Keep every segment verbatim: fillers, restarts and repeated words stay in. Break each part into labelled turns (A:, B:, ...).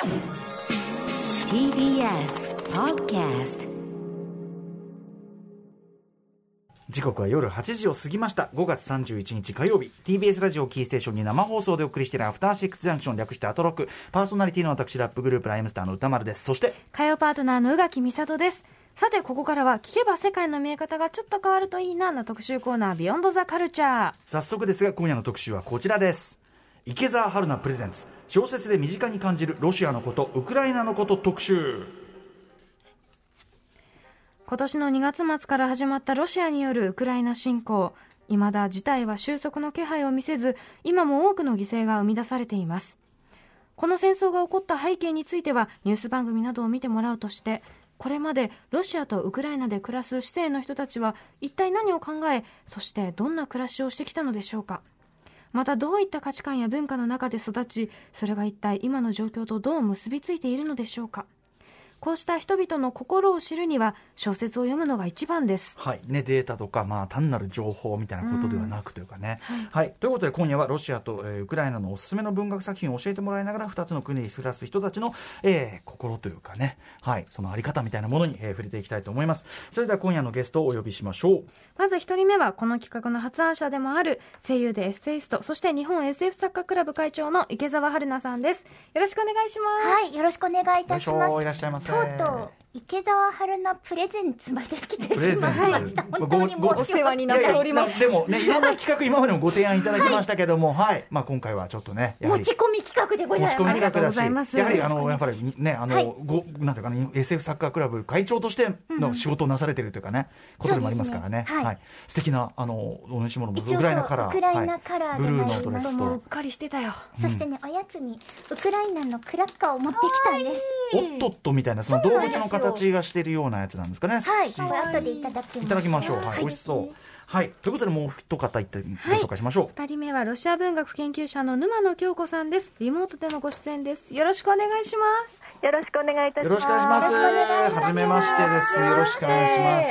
A: ティービーエス Podcast。
B: 時刻は夜はちじを過ぎました。ごがつさんじゅういちにち火曜日、 ティービーエス ラジオキーステーションに生放送でお送りしているアフターシックスジャンクション、略してアトロック。パーソナリティの私、ラップグループライムスターの歌丸です。そして
C: 火曜パートナーの宇垣美里です。さて、ここからは聞けば世界の見え方がちょっと変わるといいなな特集コーナー、ビヨンドザカルチャー。
B: 早速ですが、今夜の特集はこちらです。池澤春菜プレゼンツ、小説で身近に感じるロシアのこと、ウクライナのこと特集。
C: 今年のにがつ末から始まったロシアによるウクライナ侵攻、未だ事態は収束の気配を見せず、今も多くの犠牲が生み出されています。この戦争が起こった背景については、ニュース番組などを見てもらうとして、これまでロシアとウクライナで暮らす市政の人たちは一体何を考え、そしてどんな暮らしをしてきたのでしょうか。また、どういった価値観や文化の中で育ち、それが一体今の状況とどう結びついているのでしょうか。こうした人々の心を知るには小説を読むのが一番です。
B: はいね、データとか、まあ、単なる情報みたいなことではなくというかね、うんはいはい、ということで今夜はロシアと、えー、ウクライナのおすすめの文学作品を教えてもらいながら、ふたつの国に暮らす人たちの、えー、心というかね、はい、そのあり方みたいなものに、えー、触れていきたいと思います。それでは今夜のゲストをお呼びしましょう。
C: まずひとりめはこの企画の発案者でもある声優でエッセイスト、そして日本 エスエフ 作家クラブ会長の池澤春菜さんです。よろしくお願いします。
D: はい、よろしくお願いいたします。
B: いらっしゃいませ。
D: とうとう池澤春菜プレゼンツまで来てしまいました。本当に
C: お世話になっております。
B: でもね、いろんな企画今までもご提案いただきましたけども、はい、はい、まあ今回はちょっとね、
D: 持ち込み企画でございます。
C: ありがとうございます。
B: やはりあのやっぱりね、あの、はい、ごなんていうかね、エスエフ サッカークラブ会長としての仕事をなされているというかね、うん、ことでもありますからね。はい、はい、素敵なあのお召し物もウクライナカラー、
D: ウクライナカラーで、
B: はい、ブルーのドレスと
C: うっかりしてたよ。
D: そしてね、おやつにウクライナのクラッカーを持ってきたんです。
B: おっとっとみたいな、その動物の形がしているようなやつなんですかね。
D: はい、これ後でいただきます。
B: いただきましょう。はい、美味しそう。はい、ということでもう一方いってご紹介しましょう。
C: ふたりめはロシア文学研究者の沼野京子さんです。リモートでのご出演です。よろしくお願いします。
E: よろしくお願いいたします。
B: よろしくお願いします。はじめましてです。よろしくお願いします。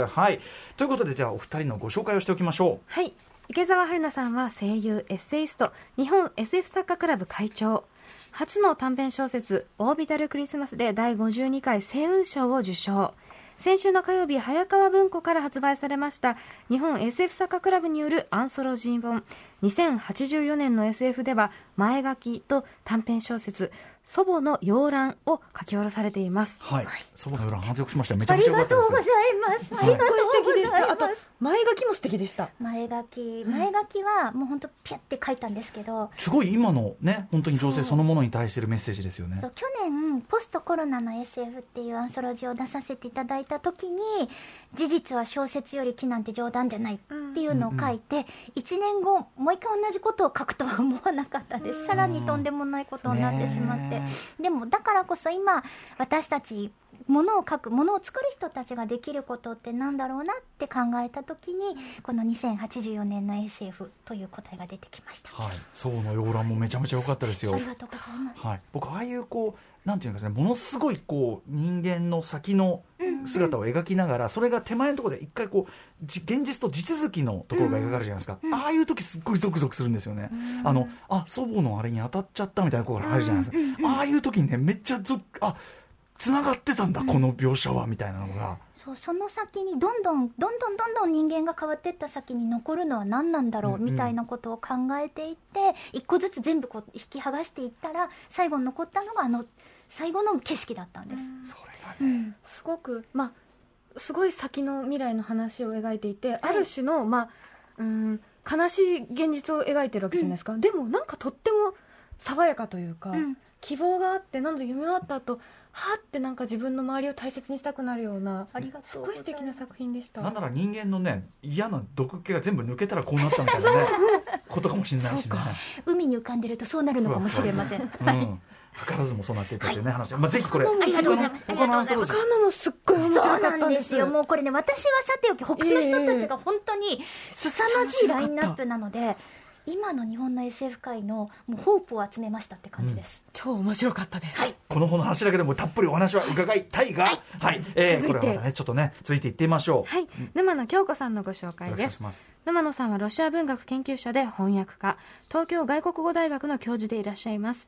B: はい、ということでじゃあお二人のご紹介をしておきましょう。
C: はい、池澤春菜さんは声優、エッセイスト、日本 エスエフ 作家クラブ会長。初の短編小説オービタルクリスマスでだいごじゅうにかい星雲賞を受賞。先週の火曜日、早川文庫から発売されました日本 エスエフ 作家クラブによるアンソロジー本。にせんはちじゅうよねんの エスエフ では前書きと短編小説祖母の洋蘭を書き下ろされています。
B: はい、祖母の洋蘭、拝読しました。めちゃくちゃ良かったです。
D: ありがとうございます。
C: すっごい素敵でした。あと前書きも素敵でした。
D: 前書き前書きはもう本当ピャって書いたんですけど、
B: すごい今のね、本当に情勢そのものに対してるメッセージですよね。
D: そう、去年ポストコロナの エスエフ っていうアンソロジーを出させていただいた時に、事実は小説より奇なんて冗談じゃないっていうのを書いて、うんうん、いちねんごもう一回同じことを書くとは思わなかったです。さらにとんでもないことになってしまって、でもだからこそ今私たちものを書く、ものを作る人たちができることってなんだろうなって考えたときに、このにせんはちじゅうよねんの エスエフ という答えが出てきました。
B: はい、祖母の洋蘭もめちゃめちゃ良かったですよ。
D: ありがとうございます。
B: はい、僕ああいうこうなんていうんですかね、ものすごいこう人間の先の姿を描きながら、うんうん、それが手前のところで一回こう現実と地続きのところが描かれるじゃないですか、うんうん、ああいう時すっごいゾクゾクするんですよね、うん、あのあ祖母のあれに当たっちゃったみたいなところがあるじゃないですか、うんうんうん、ああいう時にねめっちゃゾあつながってたんだ、うん、この描写はみたいなのが、
D: そう、その先にどんどんどんどんどんどん人間が変わっていった先に残るのは何なんだろう、うんうん、みたいなことを考えていって一個ずつ全部こう引き剥がしていったら最後に残ったのがあの最後の景色だったんです、うん、
B: それがね、うん、
C: すごくまあすごい先の未来の話を描いていて、はい、ある種の、まあ、うん悲しい現実を描いてるわけじゃないですか、うん、でもなんかとっても爽やかというか、うん、希望があって何度夢があった後はってなんか自分の周りを大切にしたくなるような、すごい素敵な作品でした。
B: なんなら人間のね嫌な毒気が全部抜けたらこうなったみたいなねことかもしれないしね。
D: 海に浮かんでるとそうなるのかもしれません。
B: うん、図らずもそうなっていたというね、はい、話、まあ、ぜひこれ
D: ありがとうございます。
C: 他のもすっごい面白かったんです。
D: そうなんですよ。もうこれね、私はさておき他の人たちが本当に凄まじいラインナップなので、今の日本の エスエフ 界のもうホープを集めましたって感じです、
C: うん、超面白かったです、
D: はい、
B: この本の話だけでもたっぷりお話は伺いたいが、はいはい、えー、これはまたねちょっとね続いていってみましょう。
C: はい、沼野京子さんのご紹介です。沼野さんはロシア文学研究者で翻訳家、東京外国語大学の教授でいらっしゃいます。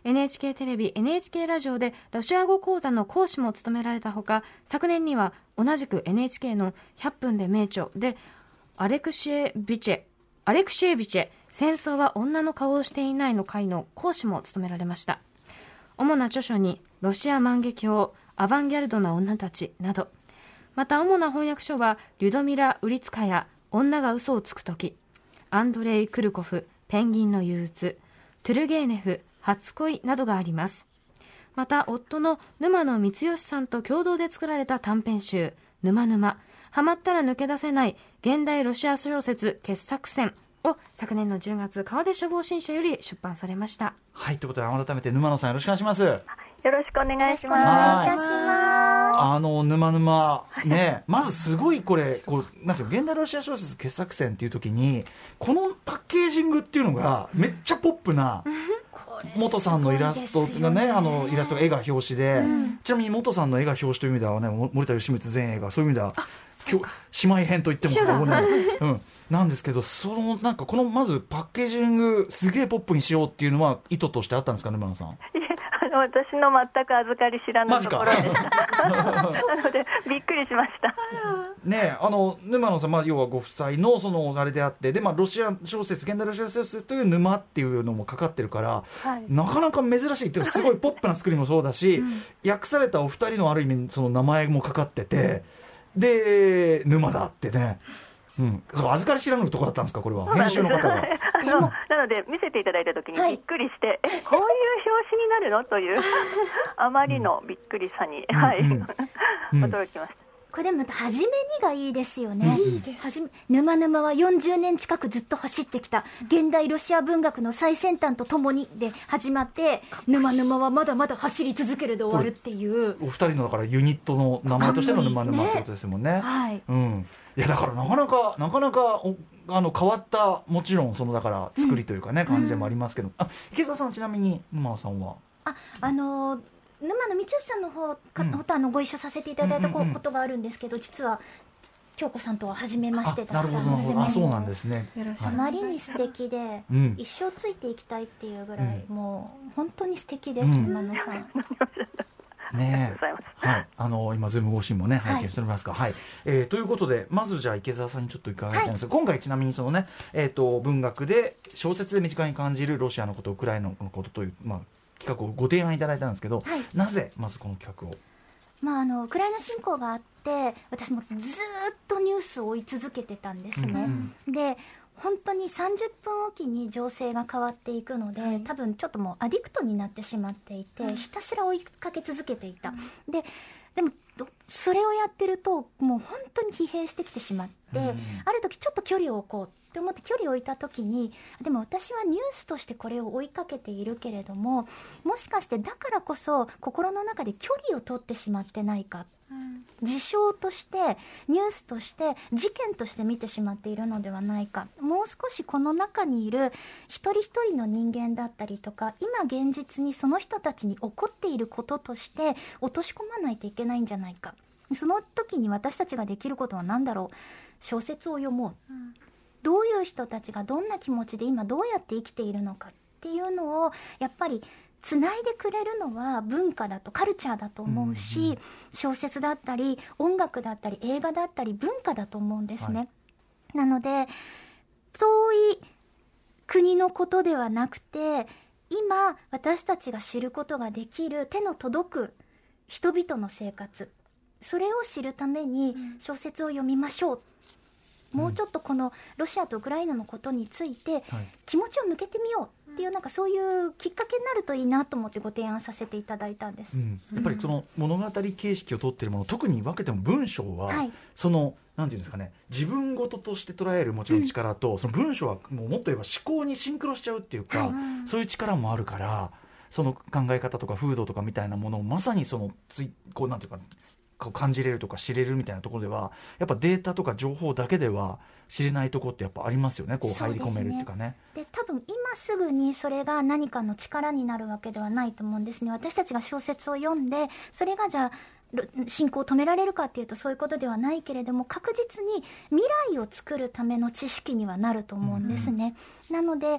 C: エヌエイチケー テレビ エヌエイチケー ラジオでロシア語講座の講師も務められたほか、昨年には同じく エヌエイチケー のひゃっぷんで名著でアレクシエビチェアレクシエビチェ戦争は女の顔をしていないの会の講師も務められました。主な著書にロシア万華鏡、アバンギャルドな女たちなど、また主な翻訳書はリュドミラ・ウリツカヤ、女が嘘をつくとき、アンドレイ・クルコフ、ペンギンの憂鬱、トゥルゲーネフ、初恋などがあります。また夫の沼野光義さんと共同で作られた短編集沼沼、ハマったら抜け出せない現代ロシア小説傑作選を昨年のじゅうがつ川出書房新社より出版されました。
B: はい、ということで改めて沼野さんよろしくお願いします。
E: よろしくお願いします。
D: お願いいたします。
B: あの沼沼ね、まずすごいこれこうなんていう現代ロシア小説傑作選っていう時にこのパッケージングっていうのがめっちゃポップな元さんのイラストがね、あのイラストが絵が表紙で、うん、ちなみに元さんの絵が表紙という意味ではね、森田義満前映画そういう意味では姉妹編と言っても過言ない、うん、なんですけど、そのなんかこのまずパッケージングすげえポップにしようっていうのは意図としてあったんですかね、沼野さん。
E: 私の全く預かり知らぬところでしたなのでびっくりしました
B: ね。あの沼野さん、まあ、要はご夫妻のそのあれであって、で、まあ、ロシア小説現代ロシア小説という沼っていうのもかかってるから、はい、なかなか珍しいっていうかすごいポップな作りもそうだし、うん、訳されたお二人のある意味その名前もかかってて、で沼だってね、うん、そう預かり知らぬところだったんですか、これは編集の方が
E: あのなので見せていただいたときにびっくりして、はい、えこういう表紙になるのというあまりのびっくりさに、うん、はい、うんうん、驚きました。
D: これでも初めにがいいですよね。はじめ沼沼はよんじゅうねん近くずっと走ってきた現代ロシア文学の最先端とともにで始まって、沼沼はまだまだ走り続けるで終わるっていう、
B: お二人のだからユニットの名前としての沼沼ってことですもんね。
D: はい、
B: うん、いやだからなかなかなかなかあの変わったもちろんそのだから作りというかね、うん、感じでもありますけど、あ池澤さんちなみに沼さんは
D: ああのー沼野道義さんの方か、うん、とあのご一緒させていただいたことがあるんですけど、うんうんうん、実は京子さんとは初めましてだったんです。
B: なるほどなるほど、あ、そうなんですね。
D: あまりに素敵で、うん、一生ついていきたいっていうぐらい、うん、もう本当に素敵です、沼、うん、野さん
B: ねえ、はい、あの今ズーム越しもね拝見しておりますが、はい、えー、ということでまずじゃあ池澤さんにちょっと伺いたいんですが、はい、今回ちなみにそのね、えーと、文学で小説で身近に感じるロシアのこと、ウクライナのことという、まあ企画をご提案いただいたんですけど、はい、なぜまずこの企画を、
D: まあ、あのウクライナ侵攻があって私もずっとニュースを追い続けてたんですね、うんうん、で本当にさんじゅっぷんおきに情勢が変わっていくので、はい、多分ちょっともうアディクトになってしまっていて、はい、ひたすら追いかけ続けていた、うん、ででもそれをやってるともう本当に疲弊してきてしまって、うん、ある時ちょっと距離を置こうって思って距離を置いた時に、でも私はニュースとしてこれを追いかけているけれども、もしかしてだからこそ心の中で距離を取ってしまってないか、うん、事象としてニュースとして事件として見てしまっているのではないか、もう少しこの中にいる一人一人の人間だったりとか、今現実にその人たちに起こっていることとして落とし込まないといけないんじゃないか。その時に私たちができることは何だろう、小説を読もう、うん、どういう人たちがどんな気持ちで今どうやって生きているのかっていうのをやっぱりつないでくれるのは文化だとカルチャーだと思うし、うんうん、小説だったり音楽だったり映画だったり文化だと思うんですね、はい、なので遠い国のことではなくて今私たちが知ることができる手の届く人々の生活、それを知るために小説を読みましょう、うん、もうちょっとこのロシアとウクライナのことについて気持ちを向けてみようっていう、なんかそういうきっかけになるといいなと思ってご提案させていただいたんです、うん、
B: やっぱりその物語形式をとっているもの、特に分けても文章は、はい、そのなんていうんですかね、自分事として捉えるもちろん力と、うん、その文章はもうもっと言えば思考にシンクロしちゃうっていうか、はい、そういう力もあるから、その考え方とか風土とかみたいなものをまさにそのついこうなんていうか感じれるとか知れるみたいなところではやっぱデータとか情報だけでは知れないところってやっぱありますよね、こう入り込めるっていうかね。
D: で、多分今すぐにそれが何かの力になるわけではないと思うんですね。私たちが小説を読んでそれがじゃあ進行を止められるかっていうとそういうことではないけれども、確実に未来を作るための知識にはなると思うんですね、うんうん、なので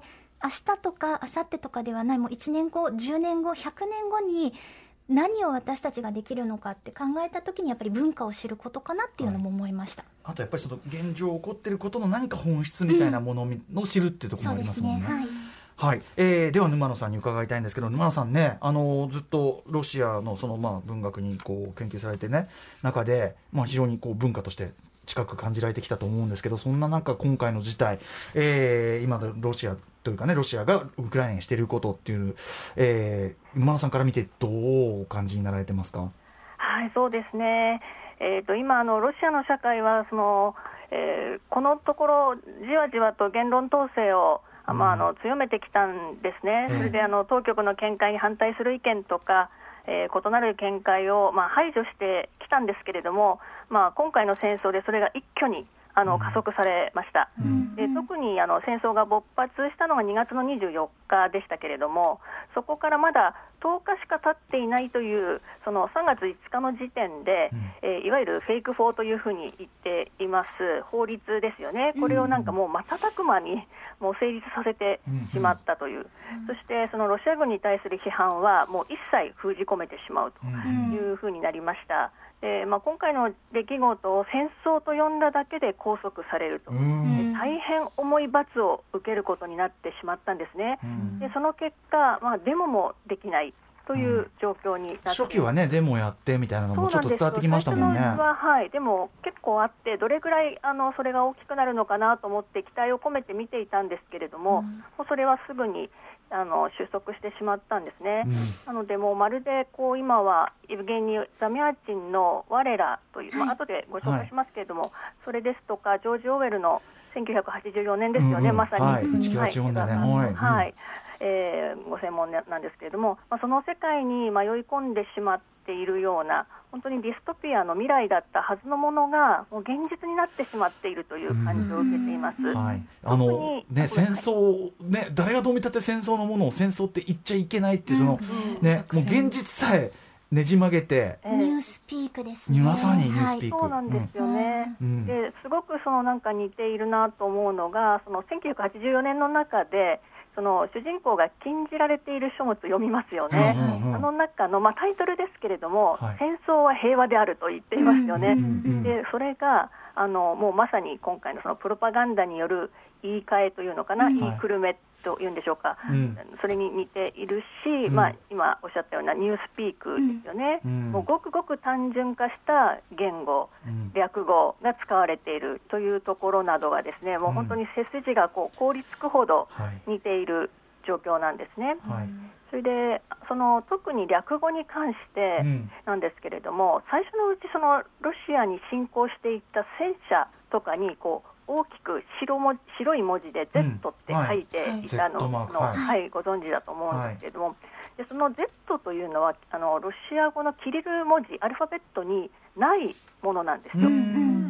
D: 明日とか明後日とかではない、もういちねんご、じゅうねんご、ひゃくねんごに何を私たちができるのかって考えた時にやっぱり文化を知ることかなっていうのも思いました、はい、
B: あとやっぱりその現状起こっていることの何か本質みたいなものを知るっていうところもありますもんね、うん、そうですね、はいはい、えー、では沼野さんに伺いたいんですけど、沼野さんね、あのずっとロシアのそのまあ文学にこう研究されてね中で、まあ、非常にこう文化として近く感じられてきたと思うんですけど、そんな中今回の事態、えー、今のロシアというかね、ロシアがウクライナにしていることっていう、えー、沼野さんから見てどうお感じになられてますか？
E: はい、そうですね、えー、と今あのロシアの社会はその、えー、このところじわじわと言論統制をまあ、あの強めてきたんですね、うん、それであの当局の見解に反対する意見とか、えー、異なる見解を、まあ、排除してきたんですけれども、まあ、今回の戦争でそれが一挙にあの加速されました、うん、で特にあの戦争が勃発したのがにがつのにじゅうよっかでしたけれども、そこからまだとおかしか経っていないというそのさんがついつかの時点で、うん、えー、いわゆるフェイク法というふうに言っています法律ですよね、これをなんかもう瞬く間にもう成立させてしまったという、うん、そしてそのロシア軍に対する批判はもう一切封じ込めてしまうというふうになりました。でまあ、今回の出来事を戦争と呼んだだけで拘束されると、うん、大変重い罰を受けることになってしまったんですね、うん、でその結果、まあ、デモもできないという状況になって、うん、
B: 初期はねデモやってみたいなのもちょっと伝わってきましたもんね。
E: 最初のは、はい、でも結構あって、どれぐらいあのそれが大きくなるのかなと思って期待を込めて見ていたんですけれども、うん、もうそれはすぐにあの収束してしまったんですね、うん、なのでもうまるでこう今はイブゲニー・ザミャーチンの我らという、まあ後でご紹介しますけれども、はい、それですとかジョージ・オーウェルのせんきゅうひゃくはちじゅうよねんですよね、うんうん、まさに、はい、
B: いちきゅうはちよんだね、
E: はいはい、えー、ご専門なんですけれども、まあ、その世界に迷い込んでしまっているような本当にディストピアの未来だったはずのものがもう現実になってしまっているという感じを受けています、
B: はい、あのね、戦争、ね、誰がどう見たって戦争のものを戦争って言っちゃいけないっていうその、うんね、もう現実さえねじ曲げて、
D: えー、ニュースピークですね。
B: まさにニュースピーク、
E: はい、そうなんですよね、うん、ですごくそのなんか似ているなと思うのが、そのせんきゅうひゃくはちじゅうよねんの中でその主人公が禁じられている書物を読みますよね、うんうんうん、あの中の、まあ、タイトルですけれども、はい、戦争は平和であると言っていますよね、うんうんうん、でそれがあのもうまさに今回のそのプロパガンダによる言い換えというのかな、うん、言いくるめというんでしょうか、うん、それに似ているし、うんまあ、今おっしゃったようなニュースピークですよね、うん、もうごくごく単純化した言語、うん、略語が使われているというところなどがですね、もう本当に背筋がこう凍りつくほど似ている状況なんですね、はい、それでその特に略語に関してなんですけれども、うん、最初のうちそのロシアに侵攻していった戦車とかにこう大きく 白, 文白い文字で Z って書いていたの、うんはいはいはい、ご存知だと思うんですけれども、はい、でその Z というのはあのロシア語のキリル文字アルファベットにないものなんですよ、うん、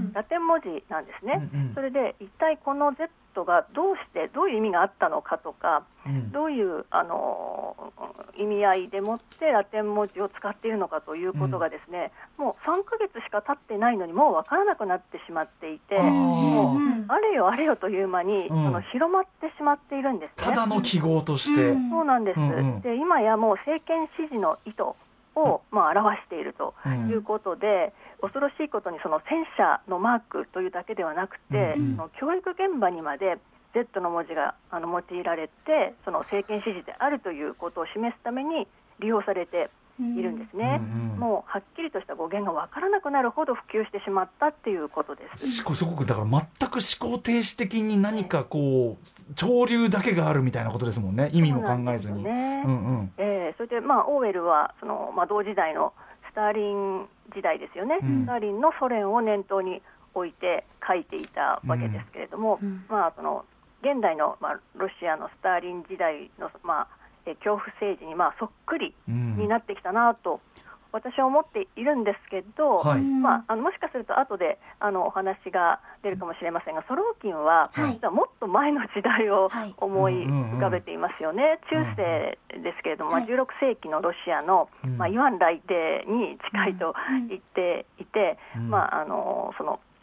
E: ラテン文字なんですね、うんうん、それで一体この Z がどうしてどういう意味があったのかとか、うん、どういうあの意味合いでもってラテン文字を使っているのかということがですね、うん、もうさんかげつしか経ってないのにもう分からなくなってしまっていて、もうあれよあれよという間に、うん、その広まってしまっているんですね。
B: ただの記号として、
E: うん、そうなんです、うんうん、で今やもう政権支持の意図を、まあ、表しているということで、うん、恐ろしいことにその戦車のマークというだけではなくて、うん、その教育現場にまで Z の文字があの用いられて、その政権支持であるということを示すために利用されているんですね、うんうん、もうはっきりとした語源が分からなくなるほど普及してしまってっていうことです。
B: すごくだから全く思考停止的に何かこう潮流だけがあるみたいなことですもんね、意味も考えずに。そ、ねうんうん
E: えー、それで、まあ、オーウェルはその、まあ、同時代のスターリン時代ですよね、うん、スターリンのソ連を念頭に置いて書いていたわけですけれども、うんまあ、その現代の、まあ、ロシアのスターリン時代の、まあ、え恐怖政治に、まあ、そっくりになってきたなと、うん私は思っているんですけど、はいまあ、あのもしかすると後であのお話が出るかもしれませんが、ソローキンは、はい、もっと前の時代を思い浮かべていますよね、はいうんうんうん、中世ですけれども、はいまあ、じゅうろくせいきのロシアの、まあ、イワン来帝に近いと言っていて、うんまあ、あのその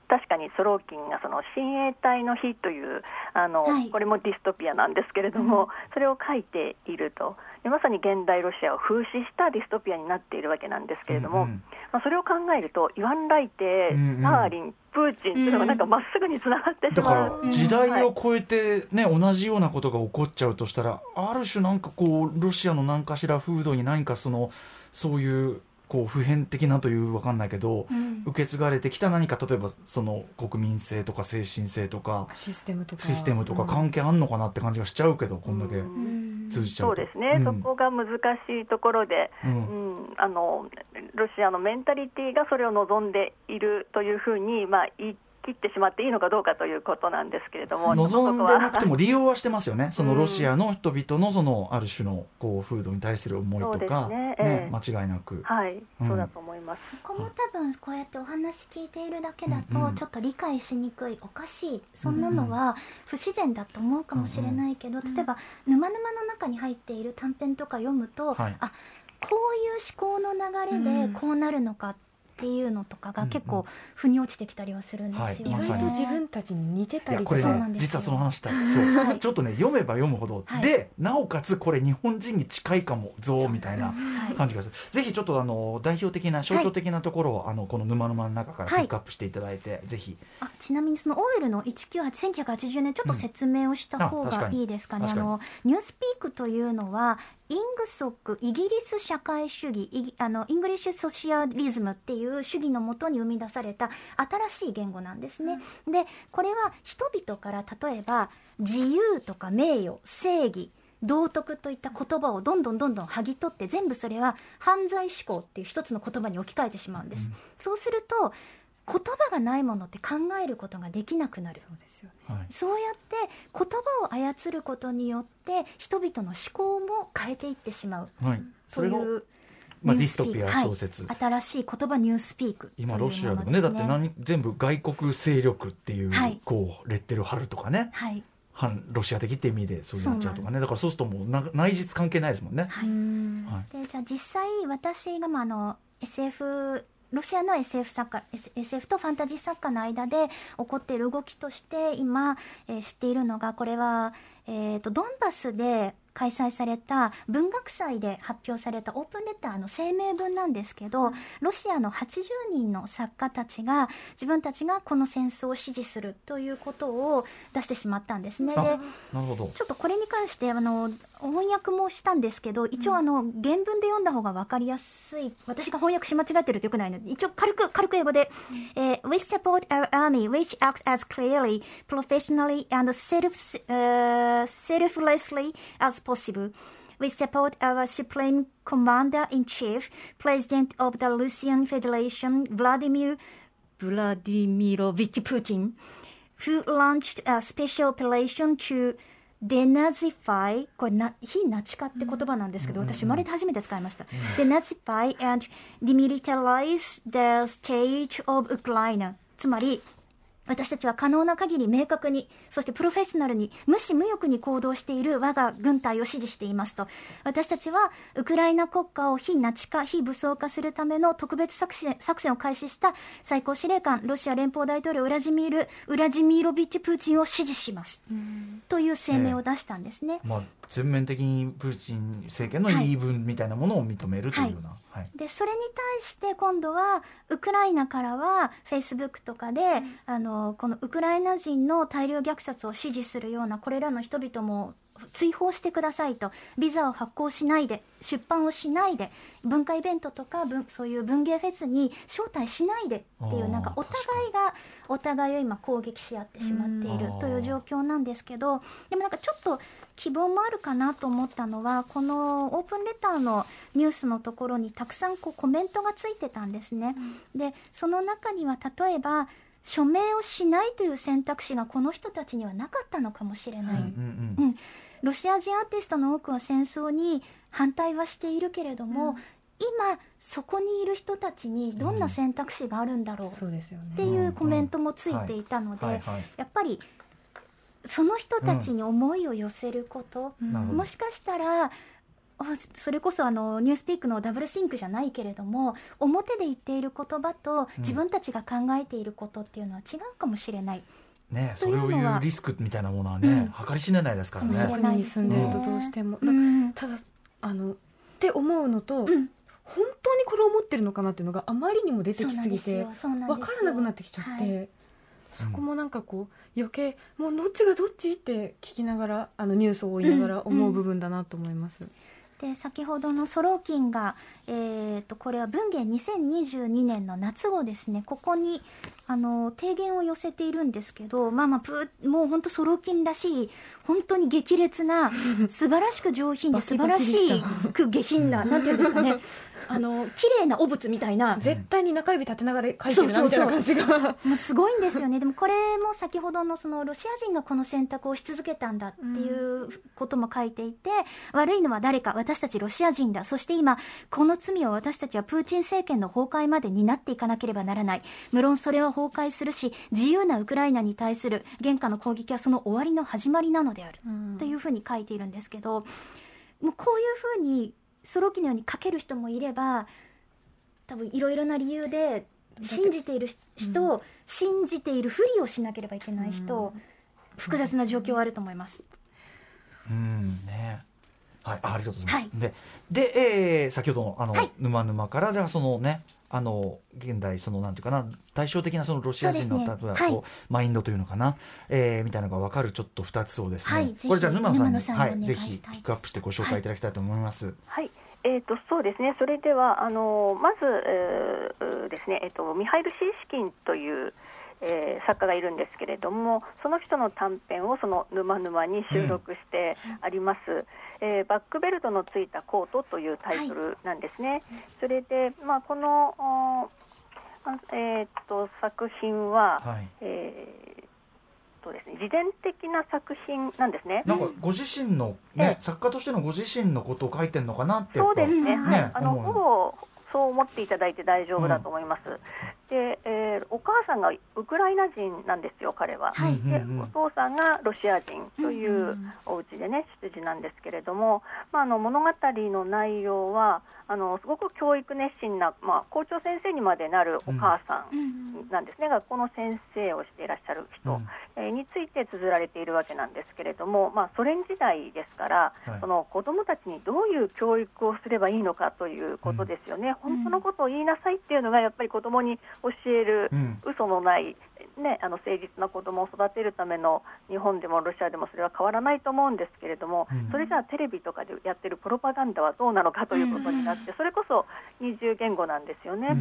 E: 確かにソローキンがその親衛隊の日というあの、はい、これもディストピアなんですけれども、うん、それを書いていると。でまさに現代ロシアを風刺したディストピアになっているわけなんですけれども、うんうんまあ、それを考えるとイワン・ライテ、うんうん、スターリン、プーチンというのがなんかまっすぐにつながってしまう、
B: だから時代を超えて、ねはい、同じようなことが起こっちゃうとしたら、ある種なんかこうロシアの何かしら風土に何かそのそういうこう普遍的なという分かんないけど、うん、受け継がれてきた何か、例えばその国民性とか精神性とか
C: システムとか
B: システムとか関係あんのかなって感じがしちゃうけど、うん、こんだけ通じちゃうと、
E: そうですね、うん、そこが難しいところで、うんうん、あのロシアのメンタリティがそれを望んでいるというふうに、まあ、言って切ってしまっていいのかどうかということなんですけれども、
B: 望んでなくても利用はしてますよね。そのロシアの人々のそのある種のこう風土に対する思いとか、ねね、間違いなく、
E: はい、うん、そうだと思います。
D: そこも多分こうやってお話聞いているだけだとちょっと理解しにくい、おかしい、そんなのは不自然だと思うかもしれないけど、うんうん、例えば沼沼の中に入っている短編とか読むと、はい、あ、こういう思考の流れでこうなるのかっていうのとかが結構腑に落ちてきたりはするんですよね、
C: はい、意外と自分たちに似てたりとか、
B: これ、ね、実はその話したそう、はい、ちょっとね読めば読むほど、はい、でなおかつこれ日本人に近いかもぞみたいな感じがする、はい、ぜひちょっとあの代表的な象徴的なところを、はい、あのこの沼沼の中からピックアップしていただいて、はい、ぜひ
D: あちなみにそのオイルのせんきゅうひゃくはちじゅうねんちょっと説明をした方がいいですかね、うん、ああのニュースピークというのはイングソックイギリス社会主義イあのイングリッシュソシアリズムっていう主義のもとに生み出された新しい言語なんですね、うん、でこれは人々から例えば自由とか名誉、正義、道徳といった言葉をどんどんどんどん剥ぎ取って、全部それは犯罪思考っていう一つの言葉に置き換えてしまうんです、うん、そうすると言葉がないものって考えることができなくなる。そうですよね、はい、そうやって言葉を操ることによって人々の思考も変えていってしまう、はい、という
B: まあ、ディストピア小説、
D: はい、新しい言葉ニュースピーク、
B: 今ロシアでもね、だって何全部外国勢力っていう、はい、こうレッテル貼るとかね、はい、反ロシア的って意味でそうなっちゃうとかね、だからそうするともうな内実関係ないですもんね、はい
D: はい、でじゃあ実際私が、まあ、あの エスエフロシアの エスエフ 作家 エスエフ とファンタジー作家の間で起こっている動きとして今、えー、知っているのが、これは、えー、とドンバスで開催された文学祭で発表されたオープンレターの声明文なんですけど、ロシアのはちじゅうにんの作家たちが自分たちがこの戦争を支持するということを出してしまったんですね。で、なるほど、ちょっとこれに関してあの翻訳もしたんですけど、一応あの原文で読んだ方が分かりやすい、私が翻訳し間違えてるとよくないので一応軽く軽く英語で、えー、We support our army which acts as clearly, professionally and self,、uh, selflessly as possible. We support our Supreme Commander-in-Chief, President of the Russian Federation, Vladimir Vladimirovich Putin, who launched a special operation to denazify, これな非ナチ化って言葉なんですけど、私生まれて初めて使いました。denazify and demilitarize the state of Ukraine. つまり私たちは可能な限り明確に、そしてプロフェッショナルに無視無欲に行動している我が軍隊を支持していますと。私たちはウクライナ国家を非ナチ化、非武装化するための特別作戦、作戦を開始した最高司令官ロシア連邦大統領ウラジミール・ウラジミーロビッチ・プーチンを支持しますという声明を出したんですね、
B: えーまあ、全面的にプーチン政権の言い分みたいなものを認めるというような、はいはい、
D: でそれに対して今度はウクライナからはフェイスブックとかで、うん、あのこのウクライナ人の大量虐殺を支持するようなこれらの人々も追放してくださいと、ビザを発行しないで、出版をしないで、文化イベントとかそういう文芸フェスに招待しないでっていう、なんかお互いがお互いを今攻撃し合ってしまっているという状況なんですけど、でもなんかちょっと希望もあるかなと思ったのは、このオープンレターのニュースのところにたくさんこうコメントがついてたんですね、うん、でその中には例えば署名をしないという選択肢がこの人たちにはなかったのかもしれない、うんうんうんうん、ロシア人アーティストの多くは戦争に反対はしているけれども、うん、今そこにいる人たちにどんな選択肢があるんだろうっていうコメントもついていたので、やっぱりその人たちに思いを寄せること、うん、もしかしたらそれこそあのニュースピークのダブルシンクじゃないけれども、表で言っている言葉と自分たちが考えていることっていうのは違うかもしれない、
B: うんね、それを言うリスクみたいなものはね、うん、計り知れないですからね。
C: その国に住んでるとどうしても、うん、ただあのって思うのと、うん、本当にこれを思ってるのかなっていうのがあまりにも出てきすぎて分からなくなってきちゃって、はい、そこもなんかこう余計もうどっちがどっちって聞きながらあのニュースを追いながら思う部分だなと思います、うん
D: うん、で先ほどのソローキンが、えー、とこれは文芸にせんにじゅうにねんの夏号ですね、ここにあの提言を寄せているんですけど、まあまあプーもう本当ソローキンらしい本当に激烈な素晴らしく上品で素晴らしく下品ななんていうんですかねあの綺麗な汚物みたいな、
C: 絶対に中指立てながら書いてるなみたいな感じがそうそうそう
D: もうすごいんですよね。でもこれも先ほどのそのロシア人がこの選択をし続けたんだっていうことも書いていて、うん、悪いのは誰か、私たちロシア人だ、そして今この罪を私たちはプーチン政権の崩壊まで担っていかなければならない、無論それは崩壊するし、自由なウクライナに対する現下の攻撃はその終わりの始まりなのである、うん、というふうに書いているんですけど、もうこういうふうにソロキのように書ける人もいれば、多分いろいろな理由で信じている人、うん、信じているふりをしなければいけない人、うん、複雑な状況はあると思います。
B: うんね、はい、あ、ありがとうございます、はい、で, で、えー、先ほどのあの、はい、沼沼からじゃあそのねあの現代そのなんていうかな対照的なそのロシア人の、ね、例えばこう、はい、マインドというのかな、えー、みたいなのが分かるちょっとふたつをですね、はい、これじゃあ沼野さんに、はい、ぜひピックアップしてご紹介いただきたいと思います。
E: はい、はいえー、とそうですね、それではあのまず、えーですねえー、とミハイル・シーシキンという、えー、作家がいるんですけれども、その人の短編をその沼沼に収録してあります、うんえー、バックベルトのついたコートというタイトルなんですね、はい、それで、まあ、この、えー、と作品は、はいえーそうですね、自伝的な作品なんですね。
B: なんかご自身の、ね、作家としてのご自身のことを書いてるのかなって。
E: そうですね、はい、あのほぼそう思っていただいて大丈夫だと思います、うん、で、えー、お母さんがウクライナ人なんですよ、彼は、はい、でお父さんがロシア人というお家でね出自なんですけれども、まあ、あの物語の内容はあのすごく教育熱心な、まあ、校長先生にまでなるお母さんなんですね、うん、学校の先生をしていらっしゃる人、うんえー、について綴られているわけなんですけれども、まあ、ソ連時代ですから、はい、その子どもたちにどういう教育をすればいいのかということですよね、うん、本当のことを言いなさいっていうのがやっぱり子どもに教える、うん、嘘のない、ね、あの誠実な子どもを育てるための日本でもロシアでもそれは変わらないと思うんですけれども、うん、それじゃあテレビとかでやってるプロパガンダはどうなのかということになって、それこそ二重言語なんですよね、うん、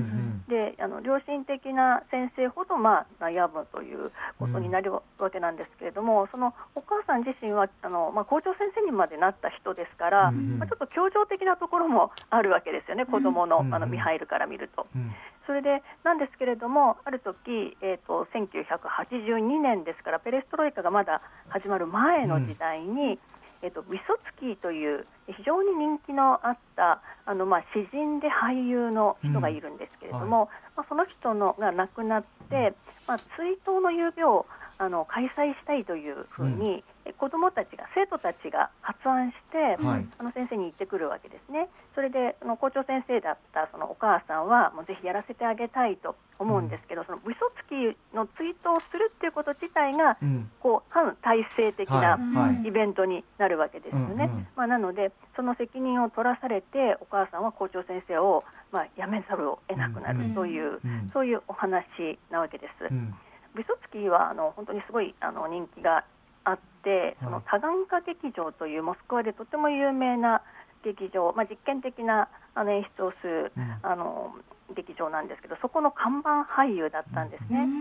E: であの良心的な先生ほど、まあ、悩むということになるわけなんですけれども、そのお母さん自身はあの、まあ、校長先生にまでなった人ですから、うんまあ、ちょっと協情的なところもあるわけですよね、子どもの、うん、あのミハイルから見ると、うん、それでなんですけれども、ある時、えーと、せんきゅうひゃくはちじゅうにねんですから、ペレストロイカがまだ始まる前の時代に、うんえーと、ウィソツキーという非常に人気のあったあの、まあ、詩人で俳優の人がいるんですけれども、うんはいまあ、その人のが亡くなって、まあ、追悼の夕べをあの開催したいというふうに、うん、子どもたちが生徒たちが発案して、はい、あの先生に言ってくるわけですね。それであの校長先生だったそのお母さんはもうぜひやらせてあげたいと思うんですけど、うん、そのウィソツキーの追悼をするっていうこと自体が、うん、こう反体制的なイベントになるわけですよね、はいはいまあ、なのでその責任を取らされてお母さんは校長先生を、まあ、辞めざるを得なくなるという、うん、そういうお話なわけです、うんウィソツキーはあの本当にすごいあの人気があって、そのタガンカ劇場というモスクワでとても有名な劇場、まあ、実験的なあの演出をする、うん、あの劇場なんですけど、そこの看板俳優だったんですね、うん、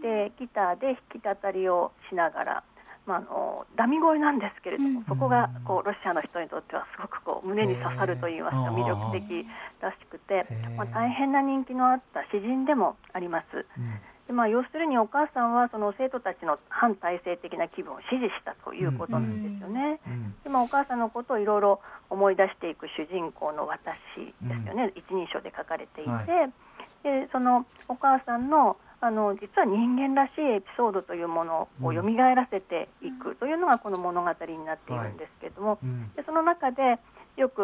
E: でギターで弾き語りをしながら、まあ、あのダミ声なんですけれども、うん、そこがこうロシアの人にとってはすごくこう胸に刺さるといいますか魅力的らしくて、まあ、大変な人気のあった詩人でもあります、うんでまあ、要するにお母さんはその生徒たちの反体制的な気分を支持したということなんですよね、うんうん、でまあ、お母さんのことをいろいろ思い出していく主人公の私ですよね、うん、一人称で書かれていて、はい、でそのお母さんのあの実は人間らしいエピソードというものを蘇らせていくというのがこの物語になっているんですけれども、うん、でその中でよく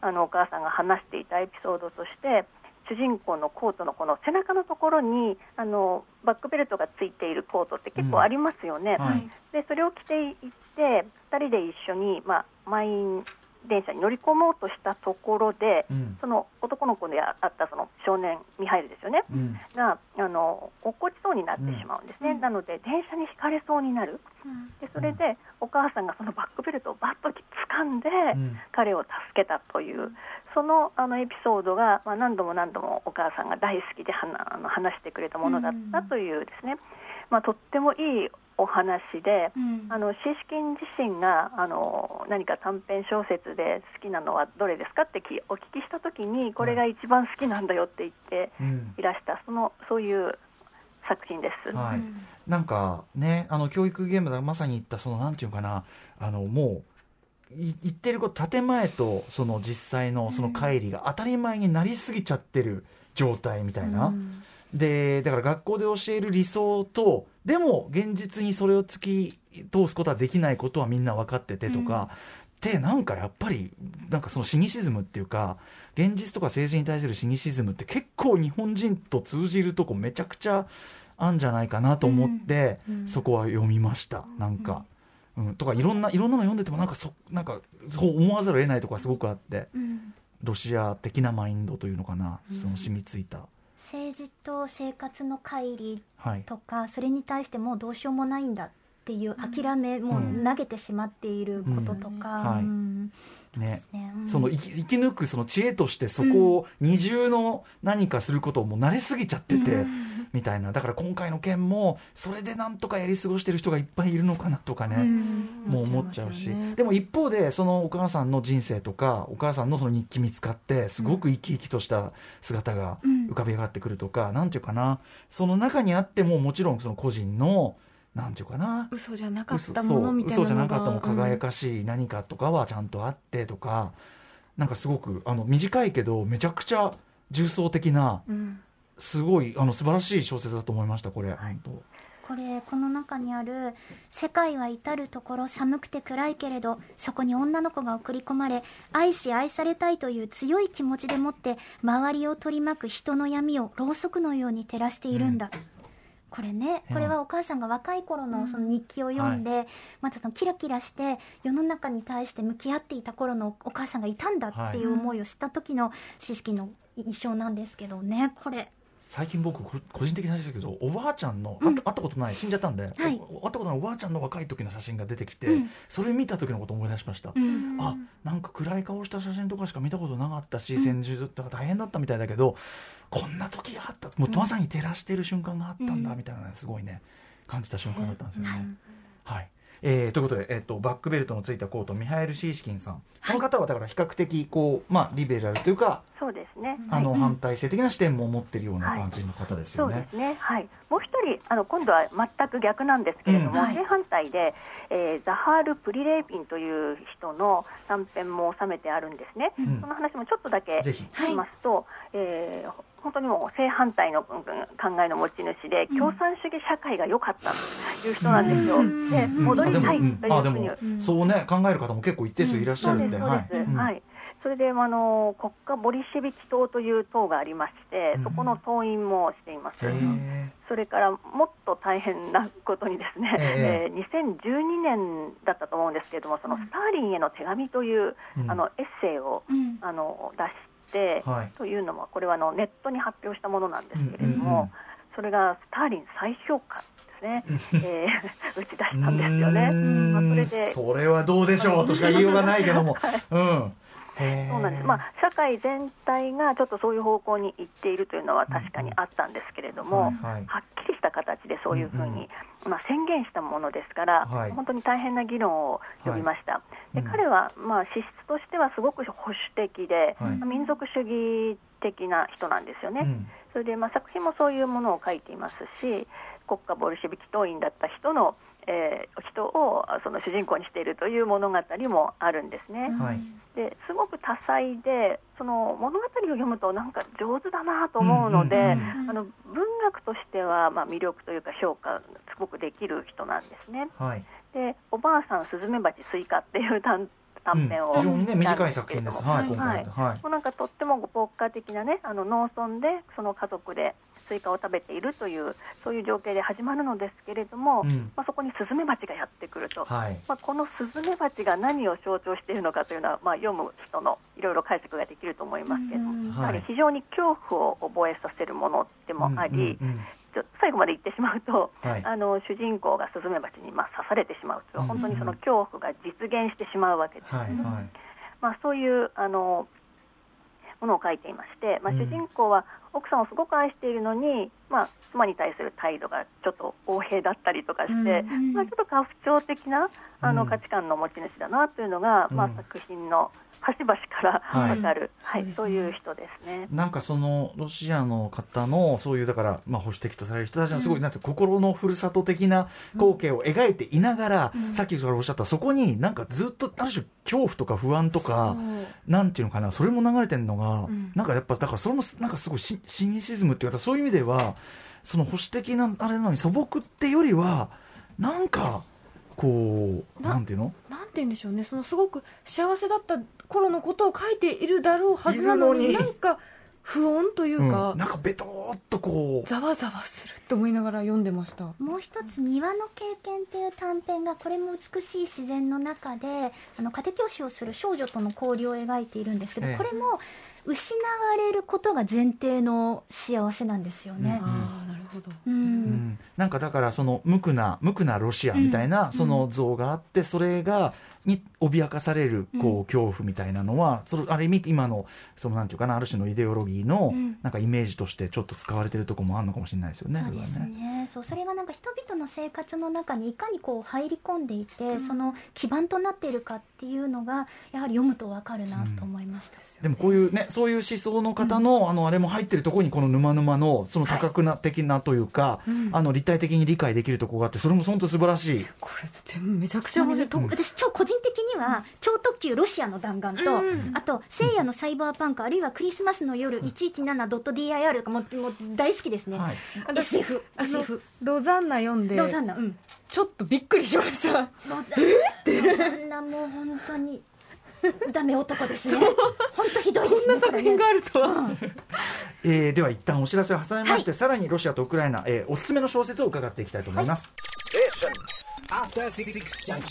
E: あのお母さんが話していたエピソードとして、主人公のコートのこの背中のところにあのバックベルトがついているコートって結構ありますよね、うんはい、でそれを着ていってふたりで一緒に、まあ、満員電車に乗り込もうとしたところで、うん、その男の子であったその少年ミハイルですよね、うん、があの落っこちそうになってしまうんですね、うん、なので電車にひかれそうになる、うん、でそれでお母さんがそのバックベルトをバッと掴んで、うん、彼を助けたというその、あのエピソードが、まあ、何度も何度もお母さんが大好きではなあの話してくれたものだったというですね、まあ、とってもいいお話で、うん、あのシーシキン自身があの何か短編小説で好きなのはどれですかってきお聞きしたときにこれが一番好きなんだよって言っていらした、うん、そのそういう作品です、
B: はい、なんかねあの教育ゲームでまさに言ったそのなんていうかなあのもう言ってること建前とその実際のその乖離が当たり前になりすぎちゃってる状態みたいな、うんでだから学校で教える理想とでも現実にそれを突き通すことはできないことはみんな分かっててとか、うん、でなんかやっぱりなんかそのシニシズムっていうか現実とか政治に対するシニシズムって結構日本人と通じるとこめちゃくちゃあんじゃないかなと思って、うんうん、そこは読みましたなんか、うんうん、とかいろんないろんなの読んでてもなんか そ, なんかそう思わざるを得ないところがすごくあって、うん、ロシア的なマインドというのかな、その染みついた
D: 政治と生活の乖離とか、はい、それに対してもうどうしようもないんだっていう諦めも投げてしまっていることとか、
B: その生き、生き抜くその知恵としてそこを二重の何かすることをもう慣れすぎちゃってて、うん、みたいなだから今回の件もそれでなんとかやり過ごしてる人がいっぱいいるのかなとかね、うん、もう思っちゃうし、ね、でも一方でそのお母さんの人生とかお母さんのその日記見つかってすごく生き生きとした姿が浮かび上がってくるとか、うん、なんていうかなその中にあってももちろんその個人のなんていうかな
C: 嘘じゃなかったものみたいなのが
B: 嘘じゃなかったも輝かしい何かとかはちゃんとあってとか、うん、なんかすごくあの短いけどめちゃくちゃ重層的な、うん、すごいあの素晴らしい小説だと思いましたこれ、はい、本当
D: これこの中にある世界は至るところ寒くて暗いけれどそこに女の子が送り込まれ愛し愛されたいという強い気持ちでもって周りを取り巻く人の闇をろうそくのように照らしているんだ、うんこれね、これはお母さんが若い頃のその日記を読んで、うんはい、またそのキラキラして世の中に対して向き合っていた頃のお母さんがいたんだっていう思いをした時の知識の印象なんですけどねこれ
B: 最近僕個人的な話ですけどおばあちゃんの、うん、会ったことない死んじゃったんで、はい、会ったことないおばあちゃんの若い時の写真が出てきて、うん、それ見た時のことを思い出しました、うん、あなんか暗い顔した写真とかしか見たことなかったし、うん、戦時だったら大変だったみたいだけどこんな時があったもうまさに照らしている瞬間があったんだ、うん、みたいな、ね、すごいね感じた瞬間だったんですよね、うんはいはいえー、ということで、えー、とバックベルトのついたコートミハエル・シーシキンさん、はい、この方はだから比較的こう、まあ、リベラルというか
E: そうですね、
B: あの、はい、反対性的な視点も持っているような感じの方ですよね、はい、
E: そうですね、はい、もう一人あの今度は全く逆なんですけれども、うんはい、正反対で、えー、ザハール・プリレーピンという人の短編も収めてあるんですね、うん、その話もちょっとだけしますと、はいえー本当にもう正反対の考えの持ち主で、うん、共産主義社会が良かったという人なんですよ、うん、で戻りたいというふうに、
B: うん、あでも、うん、そうね考える方も結構一定数いらっしゃるんで、
E: うん、そうですそうです、はい、はい、それであの国家ボリシェビキ党という党がありまして、うん、そこの党員もしています、それからもっと大変なことにですね、えーえー、にせんじゅうにねんだったと思うんですけれどもそのスターリンへの手紙という、うん、あのエッセイを、うん、あの出してはい、というのもこれはあのネットに発表したものなんですけれども、うんうんうん、それがスターリン再評価ですね、えー、打ち出したんですよね、まあ、それで
B: それはどうでしょうとしか言いようがないけども、はいうん
E: そうなんです、まあ、社会全体がちょっとそういう方向に行っているというのは確かにあったんですけれども、うんはいはい、はっきりした形でそういうふうに、うんうんまあ、宣言したものですから、はい、本当に大変な議論を呼びました、はいでうん、彼は、まあ、資質としてはすごく保守的で、はいまあ、民族主義的な人なんですよね、うん、それで、まあ、作品もそういうものを書いていますし国家ボルシェビキ党員だった人のえー、人をその主人公にしているという物語もあるんですね、はい、ですごく多彩でその物語を読むとなんか上手だなと思うので、うんうんうん、あの文学としてはまあ魅力というか評価すごくできる人なんですね、はい、でおばあさんスズメバチスイカっていう短短編を、
B: うん、非常にね短い作品です。はい、今回、はい、
E: もうなんかとっても牧歌的なね、あの農村でその家族でスイカを食べているというそういう情景で始まるのですけれども、うん、まあ、そこにスズメバチがやってくると、はい、まあ、このスズメバチが何を象徴しているのかというのは、まあ、読む人のいろいろ解釈ができると思いますけれども、うん、やはり非常に恐怖を覚えさせるものでもあり、うんうんうん、最後まで言ってしまうと、はい、あの主人公がスズメバチにまあ刺されてしまうと、うんうん、本当にその恐怖が実現してしまうわけです、ね、はいはい、まあ、そういうあのものを書いていまして、まあ、主人公は奥さんをすごく愛しているのに、まあ、妻に対する態度がちょっと横柄だったりとかして、うんうん、まあ、ちょっと家父長的なあの価値観の持ち主だなというのが、うん、まあ、作品の端々からわかる、はいはい、そういう人ですね。
B: なんかそのロシアの方のそういうだから、まあ、保守的とされる人たちのすごい、うん、なんて心のふるさと的な光景を描いていながら、うん、さっきからおっしゃったそこになんかずっとある種恐怖とか不安とかなんていうのかな、それも流れてるのが、うん、なんかやっぱだからそれもなんかすごいシニシズムっていうか、そういう意味ではその保守的なあれなのに素朴ってよりはなんかこう な, なんていうの
C: なんて言うんでしょうね、そのすごく幸せだった頃のことを書いているだろうはずなのに、なんか不穏というか、
B: うん、なんかベトーっとこう
C: ざわざわすると思いながら読んでました。
D: もう一つ庭の経験っていう短編が、これも美しい自然の中であの家庭教師をする少女との交流を描いているんですけど、ええ、これも失われることが前提の幸せなんですよね、
C: うん、ああなるほど、
B: うんうん、なんかだからその無垢な無垢なロシアみたいなその像があって、それがに脅かされるこう恐怖みたいなのは、それある意味今のそのなんていうかな、ある種のイデオロギーのなんかイメージとしてちょっと使われてるところもあるのかもしれないですよね。
D: そうですね、そう、それがなんか人々の生活の中にいかにこう入り込んでいて、うん、その基盤となっているかっていうのがやはり読むと分かるなと思いました、
B: うん、でもこういうね、そういう思想の方の、うん、あのあれも入ってるところにこの沼沼のその多角な的なというか、はい、あの立体的に理解できるところがあって、それも本当素晴らしい。
C: これ全部めちゃくちゃ面白い、
D: うん、私超個人的には超特急ロシアの弾丸と、うん、あと聖夜のサイバーパンク、あるいはクリスマスの夜 いちいちななドットディーアイアール とか も, もう大好きですね、はい、エスエフ, エスエフ
C: ロザンナ読んで
D: ロザンナ、うん、
C: ちょっとびっくりしました。ロ
D: ザンナロザンナもう本当にダメ男ですね。本当ひどいですね。
C: こんな作品があるとは、うん、
B: えー、では一旦お知らせを挟みまして、はい、さらにロシアとウクライナ、えー、おすすめの小説を伺っていきたいと思います、
C: はい、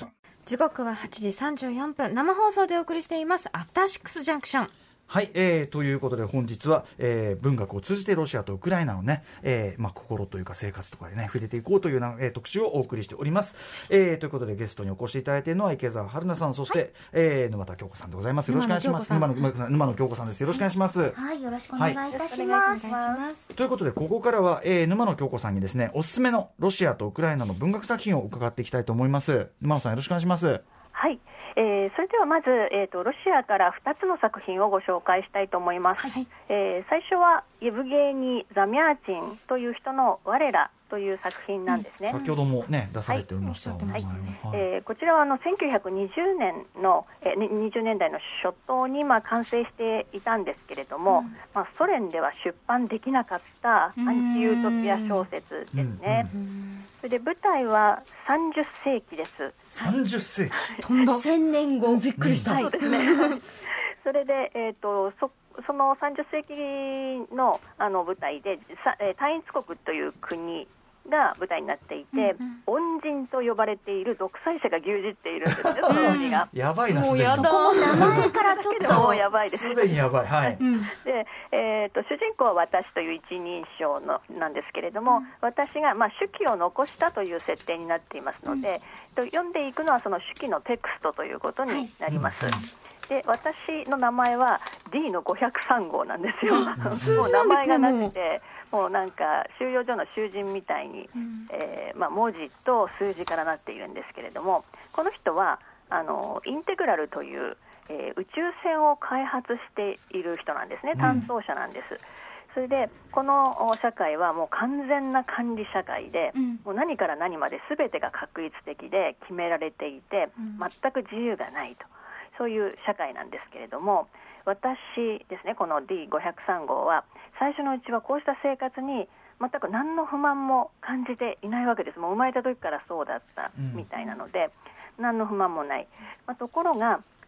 C: 時刻ははちじさんじゅうよんぷん、生放送でお送りしていますアフターシックスジャンクション。
B: はい、えー、ということで本日は、えー、文学を通じてロシアとウクライナのね、えーまあ、心というか生活とかでね触れていこうというな、えー、特集をお送りしております、えー、ということでゲストにお越しいただいているのは池澤春菜さん、そして、はい、えー、沼田京子さんでございます。よろしくお願いします。沼野沼野京子さんです。よろしくお願いします。
D: はい、よろしくお願いいたします、
C: はい、
B: ということでここからは、えー、沼野京子さんにですねおすすめのロシアとウクライナの文学作品を伺っていきたいと思います。沼野さんよろしくお願いします。
E: はい、えー、それではまず、えーと、ロシアからふたつの作品をご紹介したいと思います、はい、えー、最初はイェブゲーニ・ザミャーチンという人の我らという作品なんですね、
B: うん、先ほども、ね、出されておりました、はいはい、
E: えー、こちらはあのせんきゅうひゃくにじゅうねんの、えー、にじゅうねんだいの初頭に、まあ、完成していたんですけれども、うん、まあ、ソ連では出版できなかったアンチユートピア小説ですね。うんうん、それで舞台はさんじゅっせいきです。
B: さんじゅっせいき
C: 飛んだ
D: せんねんご、
C: びっくりした、
E: うん、そうですねそれで、えーと、そそのさんじゅっせいき の, あの舞台で単一国という国が舞台になっていて、うんうん、恩人と呼ばれている独裁者が牛耳っているんですね、その国が。
B: やばいな、すでに。
D: そこも名前からちょっと
E: もうやばいです。
B: すでにやばい。はい。
E: で、えーと、主人公は私という一人称のなんですけれども、うん、私が、まあ、手記を残したという設定になっていますので、うん、と読んでいくのはその手記のテクストということになります。はい、で、私の名前は ディー のごひゃくさん号なんですよ。もう名前がなくて、もうなんか収容所の囚人みたいに、うん、えーまあ、文字と数字からなっているんですけれども、この人はあのインテグラルという、えー、宇宙船を開発している人なんですね。担当者なんです、うん、それでこの社会はもう完全な管理社会で、うん、もう何から何まで全てが画一的で決められていて、うん、全く自由がないと、そういう社会なんですけれども、私ですね、この ディーごひゃくさん号は最初のうちはこうした生活に全く何の不満も感じていないわけです。もう生まれた時からそうだったみたいなので、うん、何の不満もない、まあ、ところが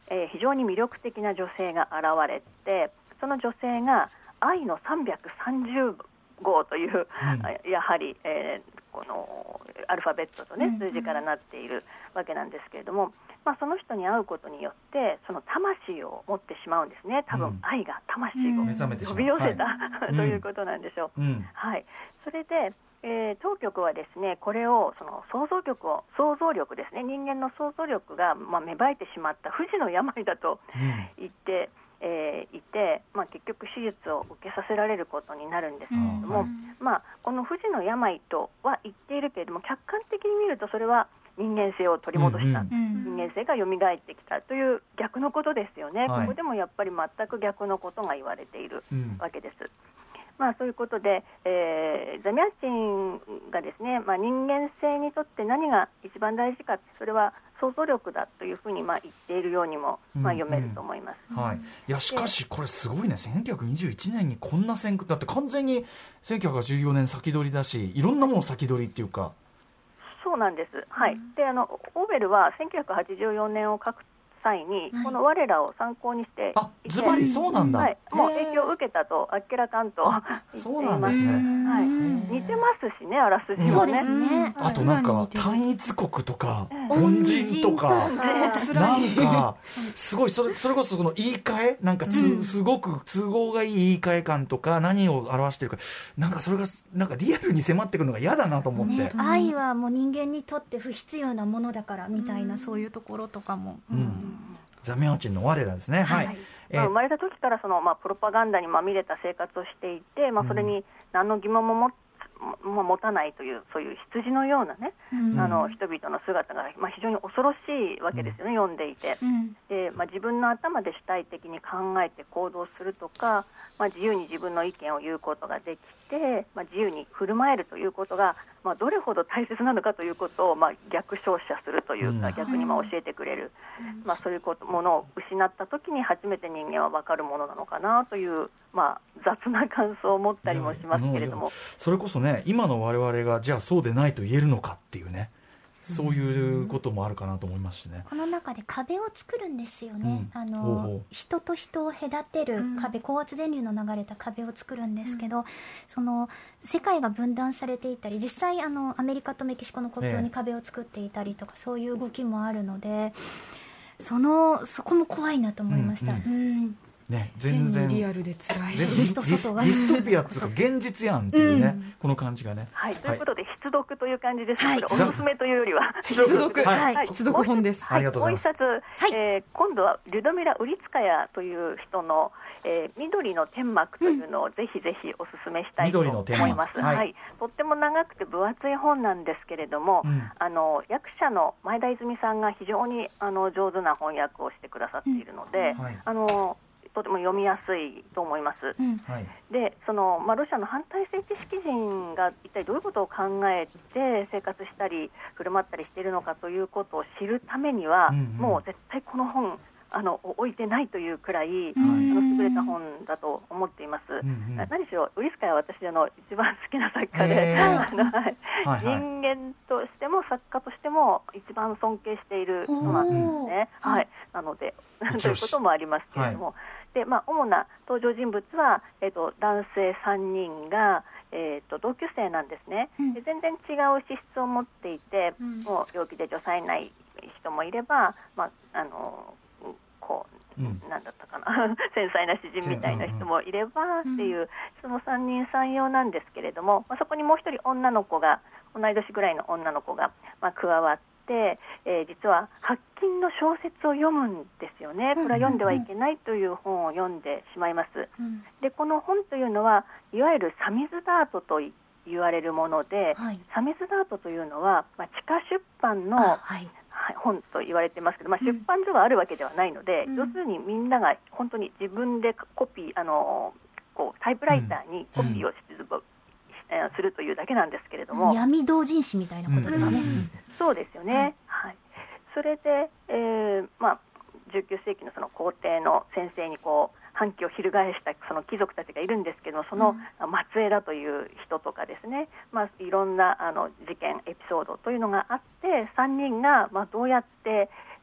E: えー、非常に魅力的な女性が現れて、その女性が愛のさんびゃくさんじゅうごうという、うん、やはり、えー、このアルファベットと、ね、数字からなっているわけなんですけれども、まあ、その人に会うことによってその魂を持ってしまうんですね。多分、うん、愛が魂を呼び寄せた、はい、ということなんでしょう、うんはい、それで、えー、当局はですね、これをその想像力を想像力ですね、人間の想像力が、まあ、芽生えてしまった不治の病だと言って、うんえー、いて、まあ、結局手術を受けさせられることになるんですけれども、うんまあ、この不治の病とは言っているけれども、客観的に見るとそれは人間性を取り戻した、うんうん、人間性が蘇ってきたという逆のことですよね、はい、ここでもやっぱり全く逆のことが言われているわけです、うんまあ、そういうことで、えー、ザミャーチンがですね、まあ、人間性にとって何が一番大事か、それは想像力だというふうにまあ言っているようにもまあ読めると思います、
B: うんうんはい、いやしかしこれすごいね、せんきゅうひゃくにじゅういちねんにこんな選挙だって、完全にせんきゅうひゃくはちじゅうよねん先取りだし、いろんなもの先取りっていうか。
E: そうなんです、はい、であのオーウェルはせんきゅうひゃくはちじゅうよねんを書く際にこの我らを参考にしていて、
B: あ、ズバリそうなんだ、
E: はい、もう影響を受けたとあっけらかんと言っています。
B: そうなんですね、
E: はい、似てますしね、あらすじもね。
D: そうですね。
B: あとなんか単一国とか恩人とかなんかすごい、それそれこそその言い換えなんかつ、うん、すごく都合がいい言い換え感とか、何を表してるか、なんかそれがなんかリアルに迫ってくるのが嫌だなと思って、
D: ね、愛はもう人間にとって不必要なものだからみたいな、うん、そういうところとかも、うんうん
B: ザミャーチンの我らですね、はいはい
E: まあ、生まれた時からその、まあ、プロパガンダにまみれた生活をしていて、まあ、それに何の疑問も持ってまあ、持たないという、そういう羊のようなね、うん、あの人々の姿が、まあ、非常に恐ろしいわけですよね、うん、読んでいて、うん、でまあ、自分の頭で主体的に考えて行動するとか、まあ、自由に自分の意見を言うことができて、まあ、自由に振る舞えるということが、まあ、どれほど大切なのかということを、まあ、逆照射するというか、うん、逆にまあ教えてくれる、まあ、そういうことものを失った時に初めて人間は分かるものなのかなという、まあ、雑な感想を持ったりもしますけれども、
B: それこそね、今の我々がじゃあそうでないと言えるのかっていうね、そういうこともあるかなと思いますしね。
D: この中で壁を作るんですよね、うん、あのほうほう人と人を隔てる壁、うん、高圧電流の流れた壁を作るんですけど、うん、その世界が分断されていたり、実際あのアメリカとメキシコの国境に壁を作っていたりとか、ええ、そういう動きもあるので、そのそこも怖いなと思いました、うんうんうん
B: ね、全然
C: リアルで辛い
B: ディストピアっていうか現実やんっていうね、うん、この感じがね、
E: はい、ということで必読という感じですので、はい、おすすめというよりは
C: 必読、はいはい、必読本です、
E: はい、ありがとうございます。もう一冊、はいえー、今度はリュドミラ・ウリツカヤという人の、えー、緑の天幕というのをぜひぜひおすすめしたいと思います、はいはい、とっても長くて分厚い本なんですけれども、うん、あの役者の前田泉さんが非常にあの上手な翻訳をしてくださっているので、うんはい、あのとても読みやすいと思います、うんはい、でその、まあ、ロシアの反体制知識人が一体どういうことを考えて生活したり振る舞ったりしているのかということを知るためには、うんうん、もう絶対この本あの置いてないというくらい、うん、あの優れた本だと思っています、うんうん、何しろウリスカヤは私あの一番好きな作家で、あのはいはい、人間としても作家としても一番尊敬している人なんですね、はい、なのでということもありますけれども、はいでまあ、主な登場人物は、えー、と男性さんにんが、えー、と同級生なんですね、うん、で全然違う資質を持っていて、うん、もう病気で助産ない人もいれば、まあ、あのこう、うん、なんだったかな繊細な詩人みたいな人もいればっていう、うん、そのさんにんさん様なんですけれども、まあ、そこにもう一人女の子が同い年ぐらいの女の子が、まあ、加わってで、えー、実は白金の小説を読むんですよね。これは読んではいけないという本を読んでしまいます、うん、でこの本というのはいわゆるサミズダートと言われるもので、はい、サミズダートというのは、まあ、地下出版の、はいはい、本と言われてますけど、まあ、出版所があるわけではないので、うん、要するにみんなが本当に自分でコピーあのこうタイプライターにコピーをして、うんうんするというだけなんですけれども、
D: 闇同人誌みたいなことですね、うん、
E: そうですよね、はいはい、それで、えーまあ、じゅうきゅう世紀のその皇帝の先生にこう反旗を翻したその貴族たちがいるんですけども、その末裔だという人とかですね、まあ、いろんなあの事件エピソードというのがあって、さんにんがまあどうやって、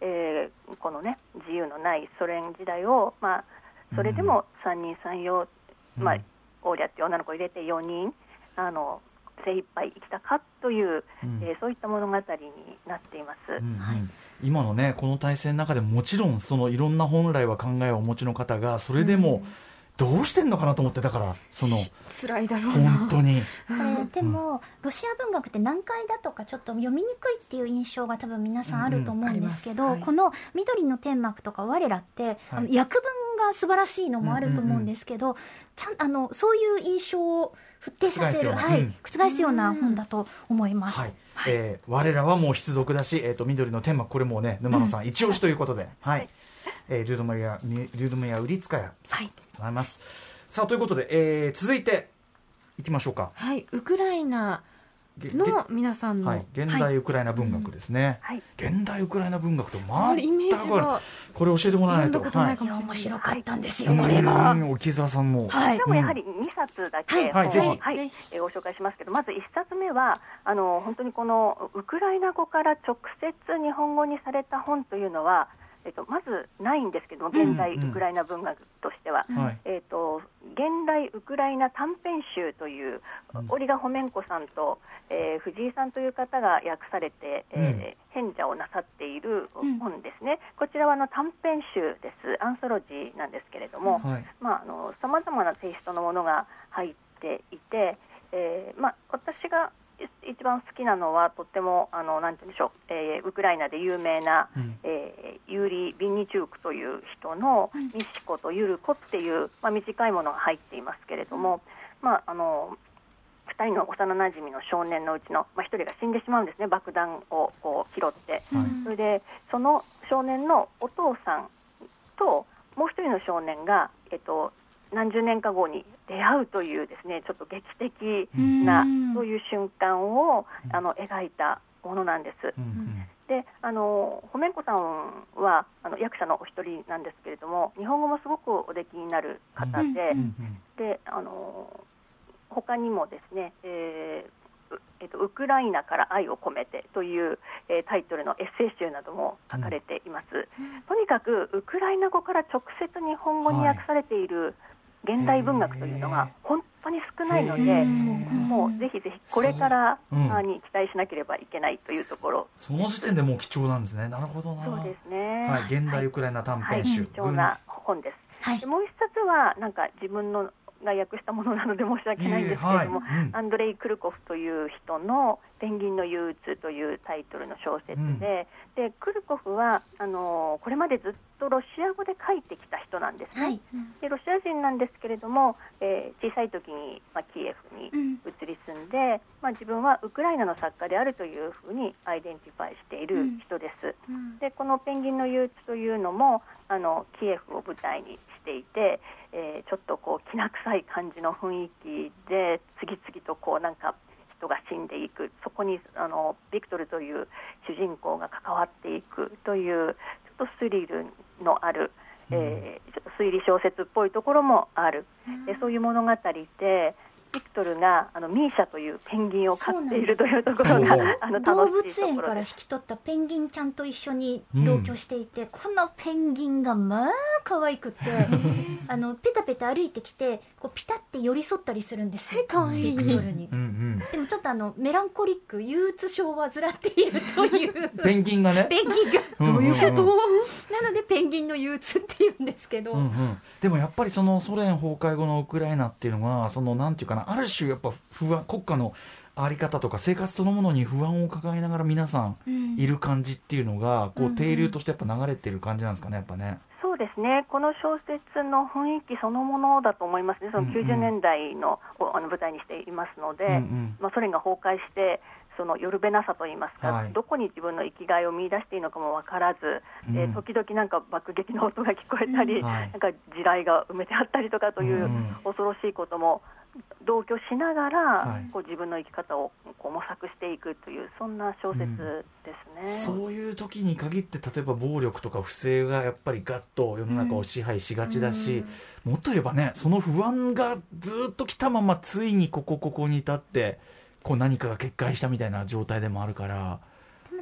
E: えー、このね自由のないソ連時代を、まあ、それでも三人三様、うんまあ、オーリャっていう女の子を入れてよにんあの精一杯生きたかという、うんえー、そういった物語になっています、
B: うんはい、今のねこの体制の中でもちろんそのいろんな本来は考えをお持ちの方がそれでも、うんどうしてんのかなと思ってだからその
C: 辛いだろうな
B: 本当に
D: これでも、うん、ロシア文学って難解だとかちょっと読みにくいっていう印象が多分皆さんあると思うんですけど、うんうんはい、この緑の天幕とか我らって、はい、あの訳文が素晴らしいのもあると思うんですけど、うんうんうん、ちゃんあのそういう印象を沸騰させる覆す、はいうん、覆すような本だと思います、
B: はいはいえー、我らはもう必読だし、えー、と緑の天幕これもね沼野さん、うん、一押しということで、はいはいえー、ジュードマリア・ジュードマリア・ウリツカヤさん、はいございますさあということで、えー、続いていきましょうか。
C: はいウクライナの皆さんの、
B: はい、現代ウクライナ文学ですね、はい、現代ウクライナ文学と全く
C: イメージが
B: これ教えてもらわないと
C: 読んだことないかもしれない、
D: はい、面白かったんですよこれが
B: 木澤さんも、
E: はい、でもやはりにさつだけ、はいはいぜひはいえー、ご紹介しますけどまずいっさつめはあの本当にこのウクライナ語から直接日本語にされた本というのはえっと、まずないんですけども現代ウクライナ文学としては、うんうんえっと、現代ウクライナ短編集という、うん、オリガ・ホメンコさんと、えー、藤井さんという方が訳されて、えー、編者をなさっている本ですね、うん、こちらはあの短編集ですアンソロジーなんですけれどもさまざまなテイストのものが入っていて、えーまあ、私が一番好きなのはとってもあのなんて言うんでしょう、えー、ウクライナで有名な、うんえー、ユーリー・ビンニチュークという人のミシコとユルコっていう、まあ、短いものが入っていますけれども、まあ、あのふたりの幼なじみの少年のうちの、まあ、ひとりが死んでしまうんですね爆弾をこう拾って、うん、それでその少年のお父さんともう一人の少年が、えっと何十年か後に出会うというですねちょっと劇的なそういう瞬間をあの描いたものなんです、うんうん、であのホメンコさんはあの役者のお一人なんですけれども日本語もすごくおできになる方で、うんうんうん、であの他にもですね、えーえっと、ウクライナから愛を込めてという、えー、タイトルのエッセイ集なども書かれています、うん、とにかくウクライナ語から直接日本語に訳されている現代文学というのが本当に少ないのでもうぜひぜひこれからに期待しなければいけないというところ
B: そ,、うん、その時点でもう貴重なんですね。なるほどな。
E: そうですね、
B: はい、現代ウクライナ短編集、
E: はいはい、貴重な本です、はい、でもう一冊はなんか自分のが訳したものなので申し訳ないんですけれども、はいうん、アンドレイ・クルコフという人のペンギンの憂鬱というタイトルの小説で、うん、でクルコフはあのこれまでずっとロシア語で書いてきた人なんですね、はい、でロシア人なんですけれども、えー、小さい時に、まあ、キエフに移り住んで、うんまあ、自分はウクライナの作家であるというふうにアイデンティファイしている人です、うん、でこのペンギンの憂鬱というのもあのキエフを舞台にしていて、えー、ちょっとこうきな臭い感じの雰囲気で次々とこうなんか人が死んでいくそこにあのビクトルという主人公が関わっていくというちょっとスリルのある、うんえー、ちょっと推理小説っぽいところもある、うん、でそういう物語でビクトルがあのミーシャというペンギンを飼っているというところがあの楽しいところです。動物園
D: から引き取ったペンギンちゃんと一緒に同居していて、うん、このペンギンがまあ可愛くてあのペタペタ歩いてきてこうピタって寄り添ったりするんですよビクトルに、うんうん、でもちょっとあのメランコリック憂鬱症を患っているという
B: ペンギンがね
D: ペンギンがどういうこと、うんうんうん、なのでペンギンの憂鬱っていうんですけど、うんうん、
B: でもやっぱりそのソ連崩壊後のウクライナっていうのがそのなんていうかなある種やっぱ不安国家のあり方とか生活そのものに不安を抱えながら皆さんいる感じっていうのが、うん、こう底流としてやっぱ流れてる感じなんですかねやっぱね。
E: そうですねこの小説の雰囲気そのものだと思いますね。そのきゅうじゅうねんだい の,、うんうん、あの舞台にしていますので、うんうんまあ、ソ連が崩壊してそのよるべなさといいますか、はい、どこに自分の生きがいを見出していいのかも分からず、うんえー、時々なんか爆撃の音が聞こえたり、うんはい、なんか地雷が埋めてあったりとかという恐ろしいことも同居しながら、はい、こう自分の生き方をこう模索していくというそんな小説ですね、うん、
B: そういう時に限って例えば暴力とか不正がやっぱりガッと世の中を支配しがちだし、うん、もっと言えばねその不安がずっと来たままついにここここに至ってこう何かが決壊したみたいな状態でもあるから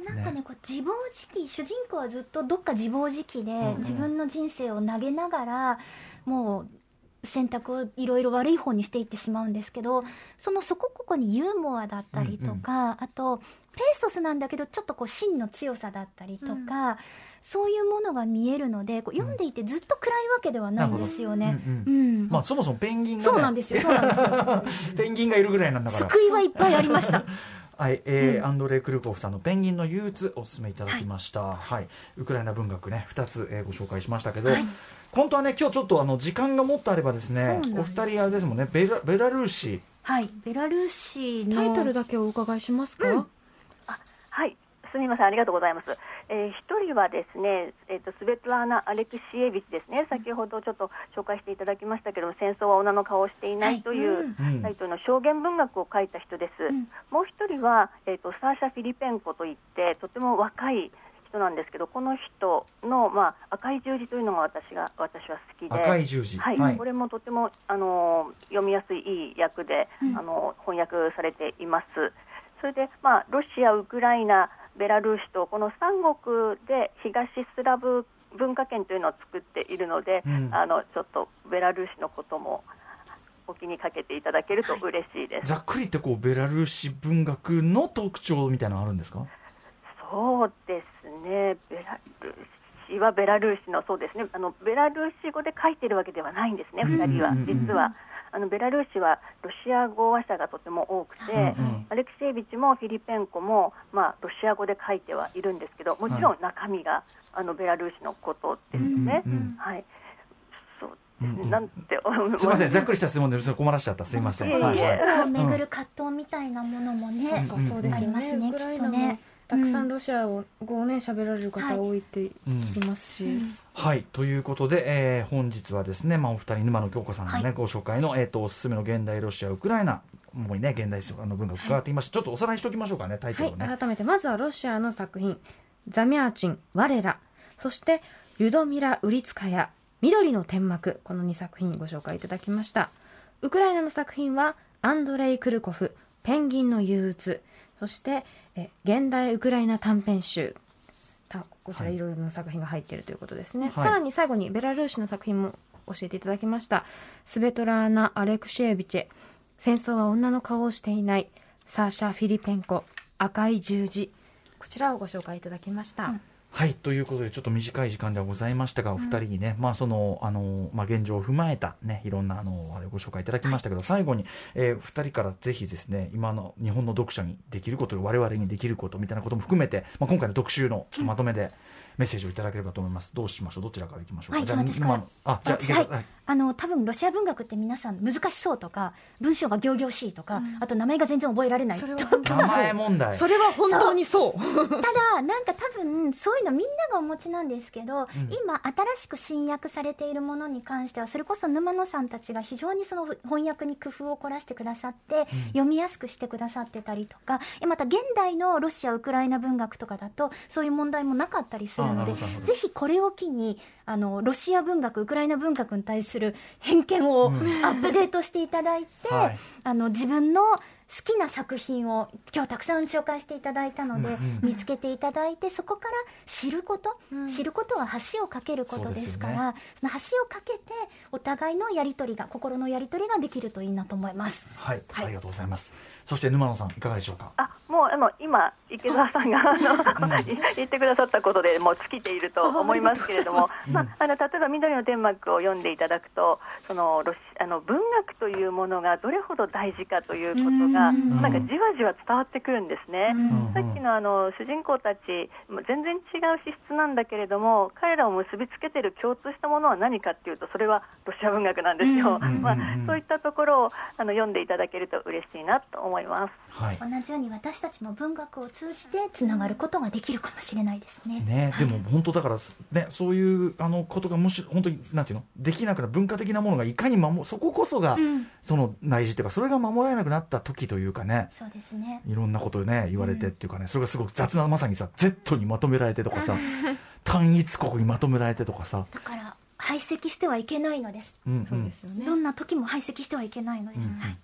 D: もなんかね、こう自暴自棄、主人公はずっとどっか自暴自棄で、うんうん、自分の人生を投げながらもう選択をいろいろ悪い方にしていってしまうんですけど、そのそこここにユーモアだったりとか、うんうん、あとペーソスなんだけどちょっとこう芯の強さだったりとか、うん、そういうものが見えるので、こう読んでいてずっと暗いわけではないんですよね。うんうんうん、
B: まあ、そもそもペンギンが、ね、
D: そうなんですよ、そうなんですよ
B: ペンギンがいるぐらいなんだから
D: 救いはいっぱいありました
B: はい、えーうん、アンドレイ・クルコフさんのペンギンの憂鬱お勧めいただきました、はいはい、ウクライナ文学ねふたつ、えー、ご紹介しましたけど、はい、本当はね今日ちょっとあの時間がもっとあればですね、お二人あれですもんね、ベラ、ベラルーシ、
D: はい、ベラルーシの
C: タイトルだけお伺いしますか。うん、
E: あ、はい、すみません、ありがとうございます。えー、一人はですね、えーと、スベトラーナ・アレクシエビチですね、先ほどちょっと紹介していただきましたけど、戦争は女の顔をしていないというタイトルの証言文学を書いた人です。うん、もう一人は、えーと、サーシャ・フィリペンコといってとても若い人なんですけど、この人の、まあ、赤い十字というのが私が私は好きで、
B: 赤い十字、
E: はいはい、これもとてもあの読みやすいいい訳で、うん、あの翻訳されています。それで、まあ、ロシア、ウクライナ、ベラルーシとこの三国で東スラブ文化圏というのを作っているので、うん、あのちょっとベラルーシのこともお気にかけていただけると嬉しいです。はい、
B: ざっくりってこうベラルーシ文学の特徴みたいなのあるんですか？
E: そうですね、ベラルーシはベラルーシのそうですね、あのベラルーシ語で書いてるわけではないんですね、ふたりは、うんうんうん、実はあのベラルーシはロシア語話者がとても多くて、うんうん、アレクシエービチもフィリペンコも、まあ、ロシア語で書いてはいるんですけど、もちろん中身が、はい、あのベラルーシのことですね、うんうん、はい、そうですね、なんて
B: すみません、ざっくりした質問で困らしちゃった、すみません。
D: 言語をめぐる葛藤みたいなものもね、うん、そうですよね、ありますね、きっとね。
C: たくさんロシア語をね喋られる方多いって言いますし、はい、うん
B: はい、ということで、えー、本日はですね、まあ、お二人沼野京子さんの、ね、はい、ご紹介の、えー、とおすすめの現代ロシアウクライナ主にね現代の文学伺っていました、はい、ちょっとおさらいしておきましょうかね、タイトルをね、
C: はい、改めてまずはロシアの作品ザミャーチン、我ら、そしてリュドミラ・ウリツカヤ、緑の天幕、このにさく品ご紹介いただきました。ウクライナの作品はアンドレイ・クルコフ、ペンギンの憂鬱、そしてえ現代ウクライナ短編集、こちらいろいろな作品が入っているということですね、はい、さらに最後にベラルーシの作品も教えていただきました。スベトラーナ・アレクシエービチェ、戦争は女の顔をしていない、サーシャ・フィリペンコ、赤い十字、こちらをご紹介いただきました。うん、
B: はい、ということでちょっと短い時間ではございましたが、お二人にね、うん、まあそのあのまあ現状を踏まえたねいろんなあのあれご紹介いただきましたけど、はい、最後に、えー、二人からぜひですね今の日本の読者にできること、我々にできることみたいなことも含めて、まあ今回の特集のちょっとまとめで、うん、メッセージをいただければと思います。どうしましょう、どちらからいきましょうか。はい、じゃあ今あじゃあ、
D: はい、あの多分ロシア文学って皆さん難しそうとか文章が仰々しいとか、うん、あと名前が全然覚えられないとか、
B: 名前問題、
C: それは本当にそう
D: ただなんか多分そういうのみんながお持ちなんですけど、うん、今新しく新訳されているものに関してはそれこそ沼野さんたちが非常にその翻訳に工夫を凝らしてくださって、うん、読みやすくしてくださってたりとか、また現代のロシアウクライナ文学とかだとそういう問題もなかったりするので、ぜひこれを機にあのロシア文学ウクライナ文学に対する偏見をアップデートしていただいて、うんはい、あの自分の好きな作品を今日たくさん紹介していただいたので、うんうん、見つけていただいてそこから知ること、うん、知ることは橋を架けることですから、その橋を架けてお互いのやり取りが心のやり取りができるといいなと思います。
B: はい、はい、ありがとうございます。そして沼野さんいかがでしょうか。
E: あもうあの今池澤さんがあの、うん、言ってくださったことでもう尽きていると思いますけれども、まあ、あの例えば緑の天幕を読んでいただくとそのロシあの文学というものがどれほど大事かということがなんかじわじわ伝わってくるんですね。さっきのあの主人公たち全然違う資質なんだけれども彼らを結びつけている共通したものは何かっていうとそれはロシア文学なんですよ。まあ、そういったところをあの読んでいただけると嬉しいなと思います。
D: はい、同じように私たちも文学を通じてつながることができるかもしれないですね。
B: ね、
D: はい、
B: でも本当だから、ね、そういうあのことがもし本当になんていうのできなくなる文化的なものがいかに守そここそが、うん、その内事というかそれが守られなくなった時というかね、
D: そうですね、
B: いろんなことをね言われてっていうかね、うん、それがすごく雑なまさにさ Z にまとめられてとかさ単一国にまとめられてとかさ、
D: だから排斥してはいけないのです。
B: うんうん、
C: そうですよね。
D: どんな時も排斥してはいけないのです。うんうん、
B: はい、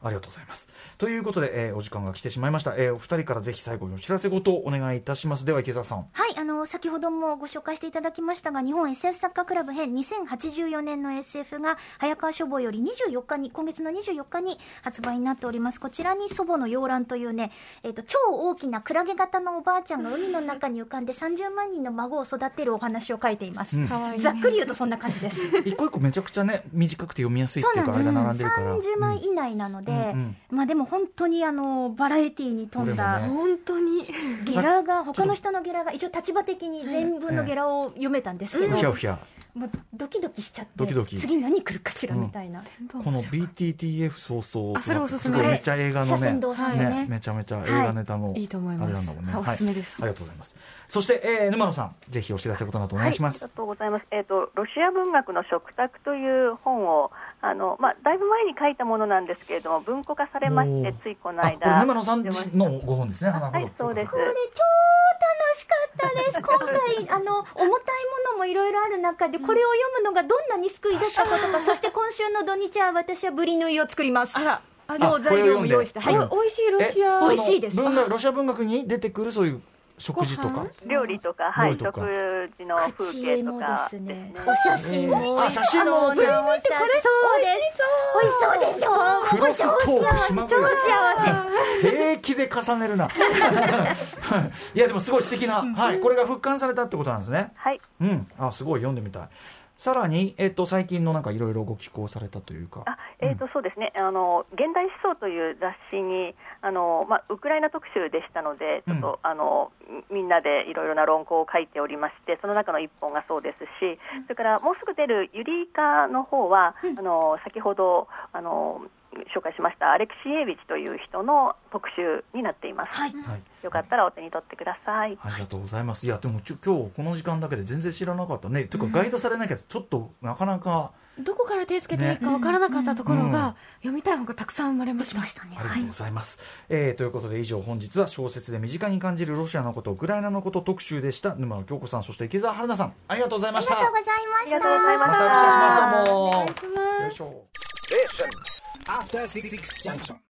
B: ありがとうございます。ということで、えー、お時間が来てしまいました。えー、お二人からぜひ最後にお知らせごとお願いいたします。では池澤さん。
D: はい、あの先ほどもご紹介していただきましたが、日本 エスエフ 作家クラブ編にせんはちじゅうよねんの エスエフ が早川書房よりにじゅうよっかに、今月のにじゅうよっかに発売になっております。こちらに祖母の洋蘭というね、えーと、超大きなクラゲ型のおばあちゃんが海の中に浮かんでさんじゅうまんにんの孫を育てるお話を書いています、うん、ざっくり言うとそんな感じです。
B: 一個一個めちゃくちゃね短くて読みやすいっていうか、あれが並んでるから
D: さんじゅうまい以内なので、
B: うんうんうん、
D: まあでも本当にあのバラエティに富んだ、
C: ね、本当に
D: ゲラが他の人のゲラが一応立場的に全文のゲラを読めたんですけど、
B: ふひゃふひゃ
D: もうドキドキしちゃって
B: ドキドキ
D: 次何来るかしらみたいな、
B: うん、この ビーティーティーエフ 早々、
C: あ、それおすすめ
B: めっちゃ映画の ね,
D: ね,
B: ねめちゃめちゃ映画ネタの、はい、
C: いいと思います。
B: あれなんだもんね、
C: おすすめです、
B: はい、ありがとうございます。そして、えー、沼野さんぜひお知らせことなどお願いします。
E: はい、ありがとうございます。えーと、ロシア文学の食卓という本をあの、まあ、だいぶ前に書いたものなんですけれども文庫化されまして、ついこの間、
B: 沼野さんのご本ですね。
E: はい、そうです。
D: これ超楽しかったです。今回あの重たいものもいろいろある中でこれを読むのがどんなに救いだったことか、そして今週の土日は私はブリヌイを作ります。
C: あら、
D: あの材料も用意して、
C: はい、おいしいロシア、
D: 美味しいです。
B: 文学ロシア文学に出てくるそういう食事とか
E: 料理とか、はい、食事の風景とかですね、
D: お写真も、
B: あ、写真も
D: 見てこれそうです。美味しそうでしょ。
B: クロストークしまくる。
D: 超幸
B: せ。平気で重ねるな。いやでもすごい素敵な、はい、これが復刊されたってことなんですね。
E: はい。
B: うん、あ、すごい読んでみたい。さらに、えっと、最近のなんかいろいろご寄稿されたというか、
E: あ、えーと、そうですね、あの現代思想という雑誌にあの、まあ、ウクライナ特集でしたので、ちょっと、うん、あのみんなでいろいろな論考を書いておりまして、その中の一本がそうですし、それからもうすぐ出るユリイカの方は、うん、あの先ほどあの紹介しましたアレクシエービッチという人の特集になっています、はい、よかったらお手に取ってください。
B: ありがとうございます。いやでもちょ今日この時間だけで全然知らなかったね、というかガイドされなきゃちょっとなかなか
C: どこから手つけていいかわからなかったところが、ね、うん、読みたい本がたくさん生まれました。
D: ましたね。
B: ありがとうございます、はい。えー、ということで以上本日は小説で身近に感じるロシアのこと、ウクライナのこと特集でした。沼野京子さん、そして池澤春菜さん、ありがとうございました。
D: ありがとうございました。
E: ありがとうございました。
B: またお願いします。どうも。
C: お願いします。
B: よいしょ。
F: After Six Junction.